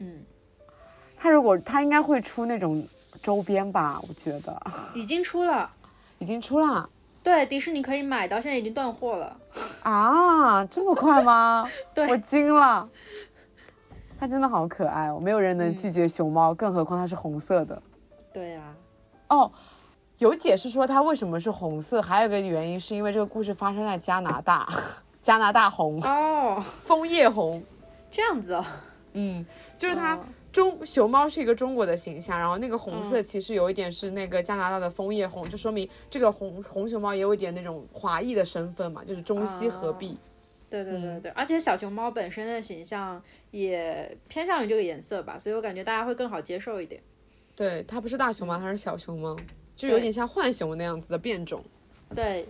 他应该会出那种周边吧，我觉得已经出了。 对， 迪士尼可以买到，现在已经断货了。 啊，这么快吗？ 对， 我惊了。它真的好可爱哦，没有人能拒绝熊猫，更何况它是红色的。 对啊。 有解释说它为什么是红色，还有一个原因是因为这个故事发生在加拿大，加拿大红。枫叶红。 这样子哦。 就是它熊猫是一个中国的形象，然后那个红色其实有一点是那个加拿大的枫叶红，就说明这个红熊猫也有一点那种华裔的身份嘛，就是中西合璧。 对对对对，而且小熊猫本身的形象也偏向于这个颜色吧，所以我感觉大家会更好接受一点。 对，它不是大熊猫，它是小熊猫，就有点像浣熊那样子的变种。 对，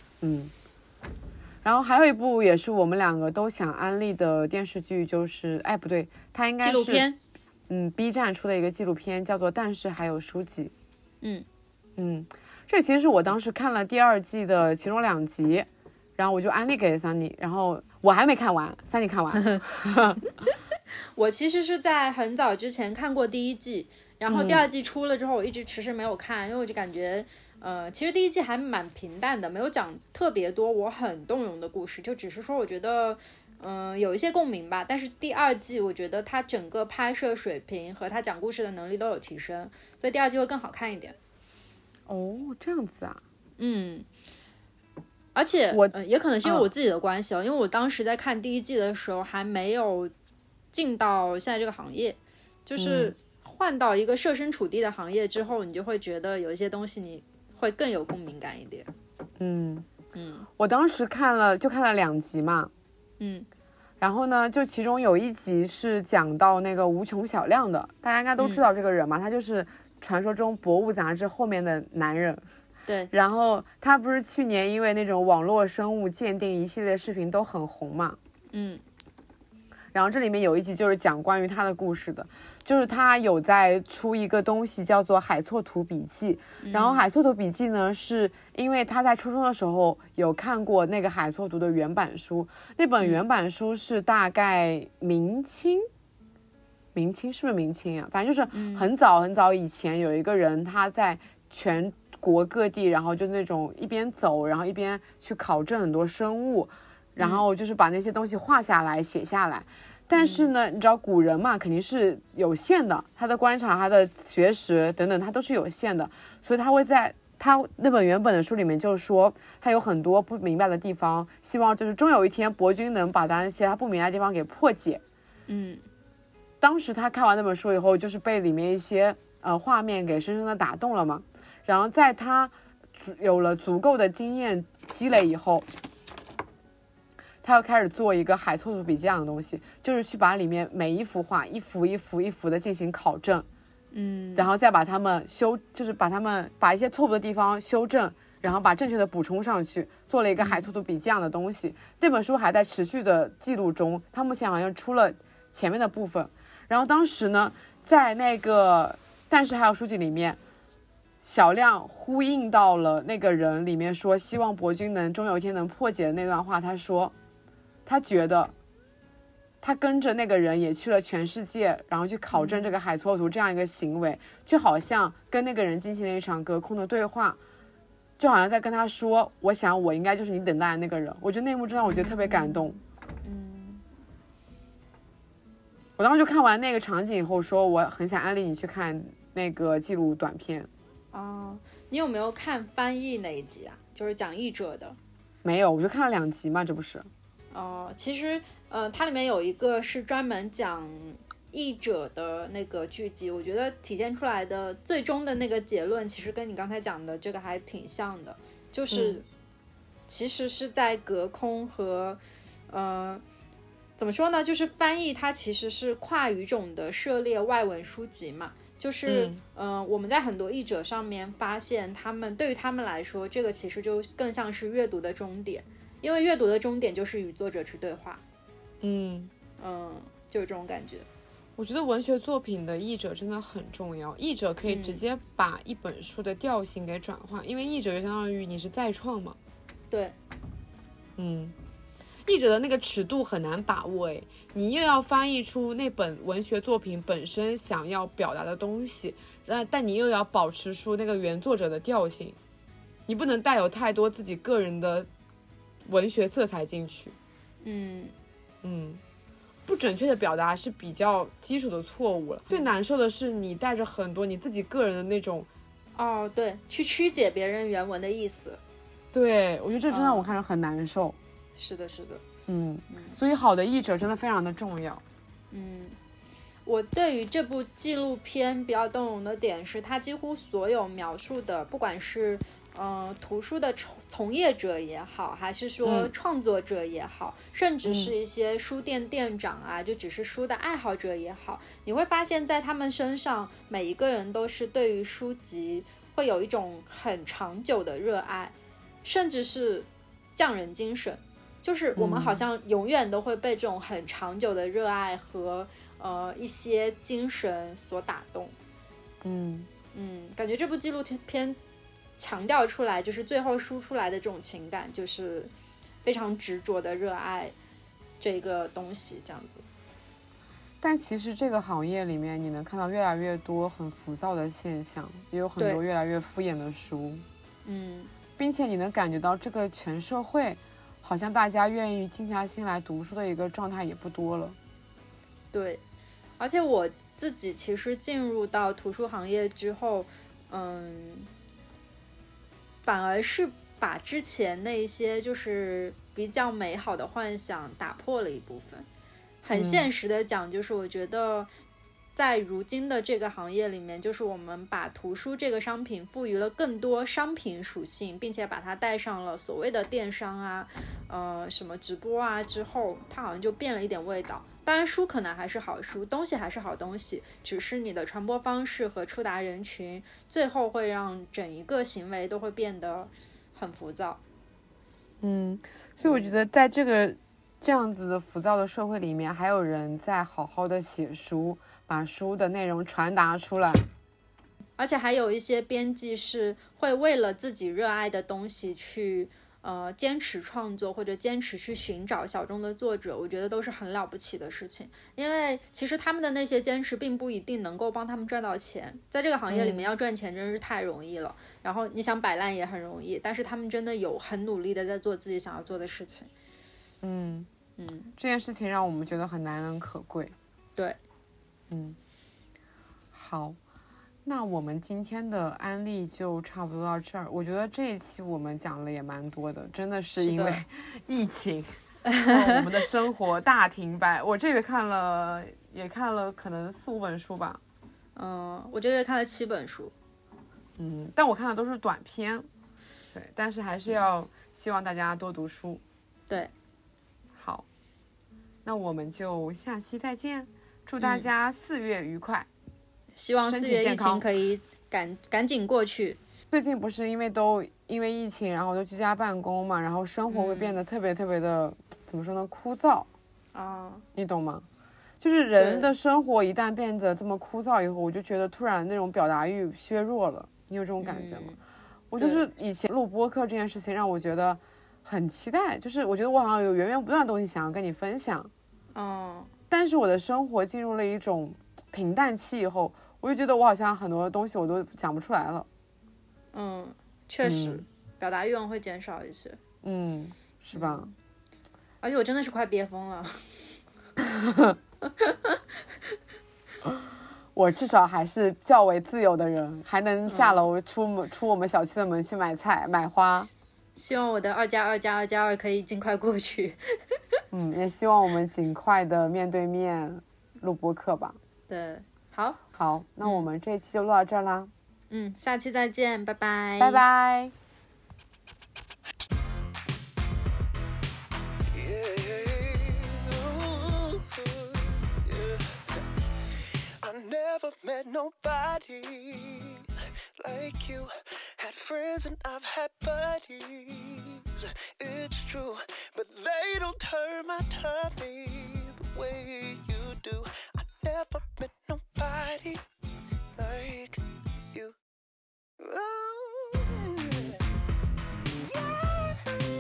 然后还有一部也是我们两个都想安利的电视剧，就是不对，它应该是纪录片。 B 站出的一个纪录片，叫做《但是还有书籍》。这其实是我当时看了第2季的其中2集，然后我就安利给Sunny，然后我还没看完，Sunny看完。 我其实是在很早之前看过第1季，然后第2季出了之后，我一直迟迟没有看，因为我就感觉，其实第1季还蛮平淡的，没有讲特别多我很动容的故事，就只是说我觉得，有一些共鸣吧。但是第2季我觉得它整个拍摄水平和它讲故事的能力都有提升，所以第2季会更好看一点。 哦，这样子啊。 而且也可能是因为我自己的关系因为我当时在看第1季的时候还没有进到现在这个行业，就是换到一个设身处地的行业之后，你就会觉得有一些东西你会更有共鸣感一点。 我当时看了2集嘛，然后呢，就其中有1集是讲到那个无穷小亮的，大家应该都知道这个人嘛，他就是传说中《博物》杂志后面的男人。 对， 然后他不是去年因为那种网络生物鉴定一系列视频都很红嘛，然后这里面有1集就是讲关于他的故事的，就是他有在出一个东西叫做《海错图笔记》，然后《海错图笔记》呢，是因为他在初中的时候有看过那个海错图的原版书，那本原版书是大概明清是不是明清啊？反正就是很早很早以前有一个人他在全国各地，然后就那种一边走，然后一边去考证很多生物，然后就是把那些东西画下来写下来。但是呢，你知道古人嘛，肯定是有限的，他的观察、他的学识等等，他都是有限的，所以他会在他那本原本的书里面就说他有很多不明白的地方，希望就是终有一天伯君能把那些他不明白的地方给破解。当时他看完那本书以后，就是被里面一些画面给深深的打动了嘛。然后在他有了足够的经验积累以后，他又开始做一个海错图笔这样的东西，就是去把里面每一幅画一幅一幅一幅的进行考证，然后再把它们就是把一些错误的地方修正，然后把正确的补充上去，做了一个海错图笔这样的东西。那本书还在持续的记录中，他目前好像出了前面的部分。然后当时呢，在那个但是还有书籍里面，小亮呼应到了那个人里面说希望伯君能终有一天能破解的那段话。他说他觉得他跟着那个人也去了全世界，然后去考证这个海错图这样一个行为，就好像跟那个人进行了一场隔空的对话，就好像在跟他说我想我应该就是你等待的那个人。我觉得那一幕真让我觉得特别感动。我当时就看完那个场景以后说我很想安利你去看那个记录短片。 你有没有看翻译那一集啊？就是讲译者的。 没有，我就看了2集嘛，这不是。 其实它里面有一个是专门讲译者的那个剧集，我觉得体现出来的最终的那个结论其实跟你刚才讲的这个还挺像的，就是其实是在隔空和怎么说呢，就是翻译它其实是跨语种的涉猎外文书籍嘛，就是我们在很多译者上面发现他们对于他们来说这个其实就更像是阅读的终点，因为阅读的终点就是与作者去对话。就是这种感觉。 我觉得文学作品的译者真的很重要，译者可以直接把一本书的调性给转换，因为译者就相当于你是再创嘛。 对。 译者的那个尺度很难把握，你又要翻译出那本文学作品本身想要表达的东西，但你又要保持出那个原作者的调性，你不能带有太多自己个人的文学色彩进去。不准确的表达是比较基础的错误了。最难受的是你带着很多你自己个人的那种对，去曲解别人原文的意思。 对，我觉得这真的我看着很难受。 是的是的。 所以好的译者真的非常的重要。 我对于这部纪录片比较动容的点是，它几乎所有描述的，不管是图书的从业者也好，还是说创作者也好，甚至是一些书店店长啊，就只是书的爱好者也好，你会发现在他们身上，每一个人都是对于书籍会有一种很长久的热爱，甚至是匠人精神。就是我们好像永远都会被这种很长久的热爱和一些精神所打动。感觉这部纪录片强调出来，就是最后输出来的这种情感，就是非常执着的热爱这个东西这样子。 但其实这个行业里面，你能看到越来越多很浮躁的现象，也有很多越来越敷衍的书。并且你能感觉到这个全社会好像大家愿意静下心来读书的一个状态也不多了。 对，而且我自己其实进入到图书行业之后，反而是把之前那些就是比较美好的幻想打破了一部分。很现实的讲，就是我觉得在如今的这个行业里面，就是我们把图书这个商品赋予了更多商品属性，并且把它带上了所谓的电商啊什么直播啊之后，它好像就变了一点味道。当然书可能还是好书，东西还是好东西，只是你的传播方式和触达人群最后会让整一个行为都会变得很浮躁。 所以我觉得在这样子的浮躁的社会里面，还有人在好好的写书，把书的内容传达出来。 而且还有一些编辑是会为了自己热爱的东西去坚持创作，或者坚持去寻找小众的作者，我觉得都是很了不起的事情。因为其实他们的那些坚持并不一定能够帮他们赚到钱，在这个行业里面要赚钱真是太容易了，然后你想摆烂也很容易，但是他们真的有很努力的在做自己想要做的事情。 这件事情让我们觉得很难能可贵。 对。 好，那我们今天的案例就差不多到这儿。我觉得这一期我们讲了也蛮多的，真的是因为疫情让我们的生活大停摆。我这个也看了可能4、5本书吧。 我这个月看了7本书。 但我看的都是短篇。对，但是还是要希望大家多读书。 对， 好，那我们就下期再见。祝大家4月愉快。 希望4月疫情可以赶紧过去。 最近不是因为疫情，然后就居家办公嘛，然后生活会变得特别特别的，怎么说呢，枯燥你懂吗？就是人的生活一旦变得这么枯燥以后，我就觉得突然那种表达欲削弱了。你有这种感觉吗？我就是以前录播客这件事情让我觉得很期待，就是我觉得我好像有源源不断的东西想要跟你分享。但是我的生活进入了一种平淡期以后，我就觉得我好像很多东西我都讲不出来了。 确实，表达欲望会减少一些。 是吧？ 而且我真的是快憋疯了。 我至少还是较为自由的人，还能下楼出我们小区的门去买菜买花。 希望我的2+2+2+2可以尽快过去。 也希望我们尽快的面对面录播课吧。 对，好， 那我们这一期就录到这儿啦。 下期再见，拜拜。 拜拜。 Never met nobody like you. Had friends and I've had buddies. It's true, but they don't turn my tummy the way you do. I never met nobody like you. Oh, yeah.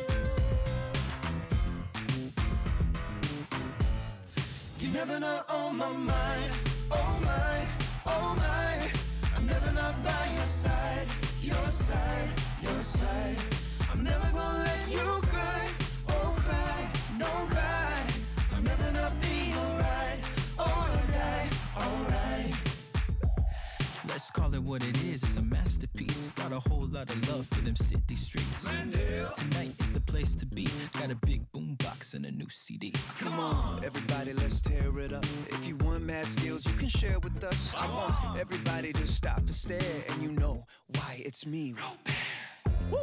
You never know on my mind. Oh my, oh my, I'm never not by your side, your side, your side. I'm never gonna let you cry, oh cry, don't cry. I'll never not be alright, alright. Let's call it what it is, it's a masterpiece. Got a whole lot of love for them city streets. Tonight is the place to be. Got a big boombox box and a new CD. Come on, everybody, let's tear it up. If you want mad skills, you can share with us. I want everybody to stop and stare, and you know why it's me, Robert. Woo!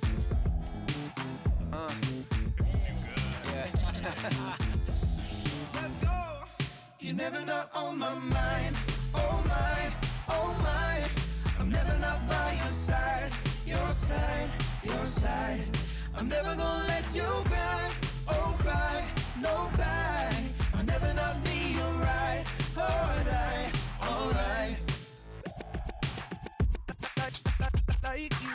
It's too good. Yeah. Let's go. You're never not on my mind. Oh my, oh my. I'm never not by your side. Your side, your side. I'm never gonna let you cry. Oh cry, no cry. I'll never not be your right. Alright, alright. Like you,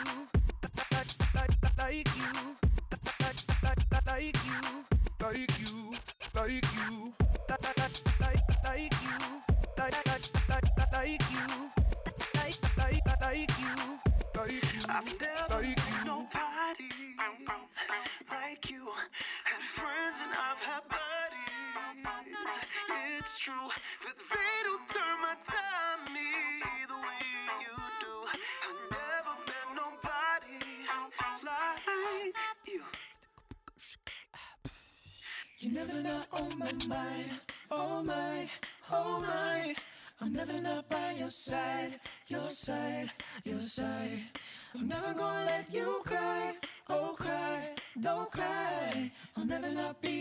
like you, like you, like you, like you, like you, like you, like you. I've never met nobody like you. Had friends and I've had buddies. It's true that they don't turn my time me the way you do. I've never met nobody like you. You're never not on my mind. Oh my, oh my. I'm never not by your side, your side, your side. I'm never gonna let you cry, oh cry, don't cry. I'll never not be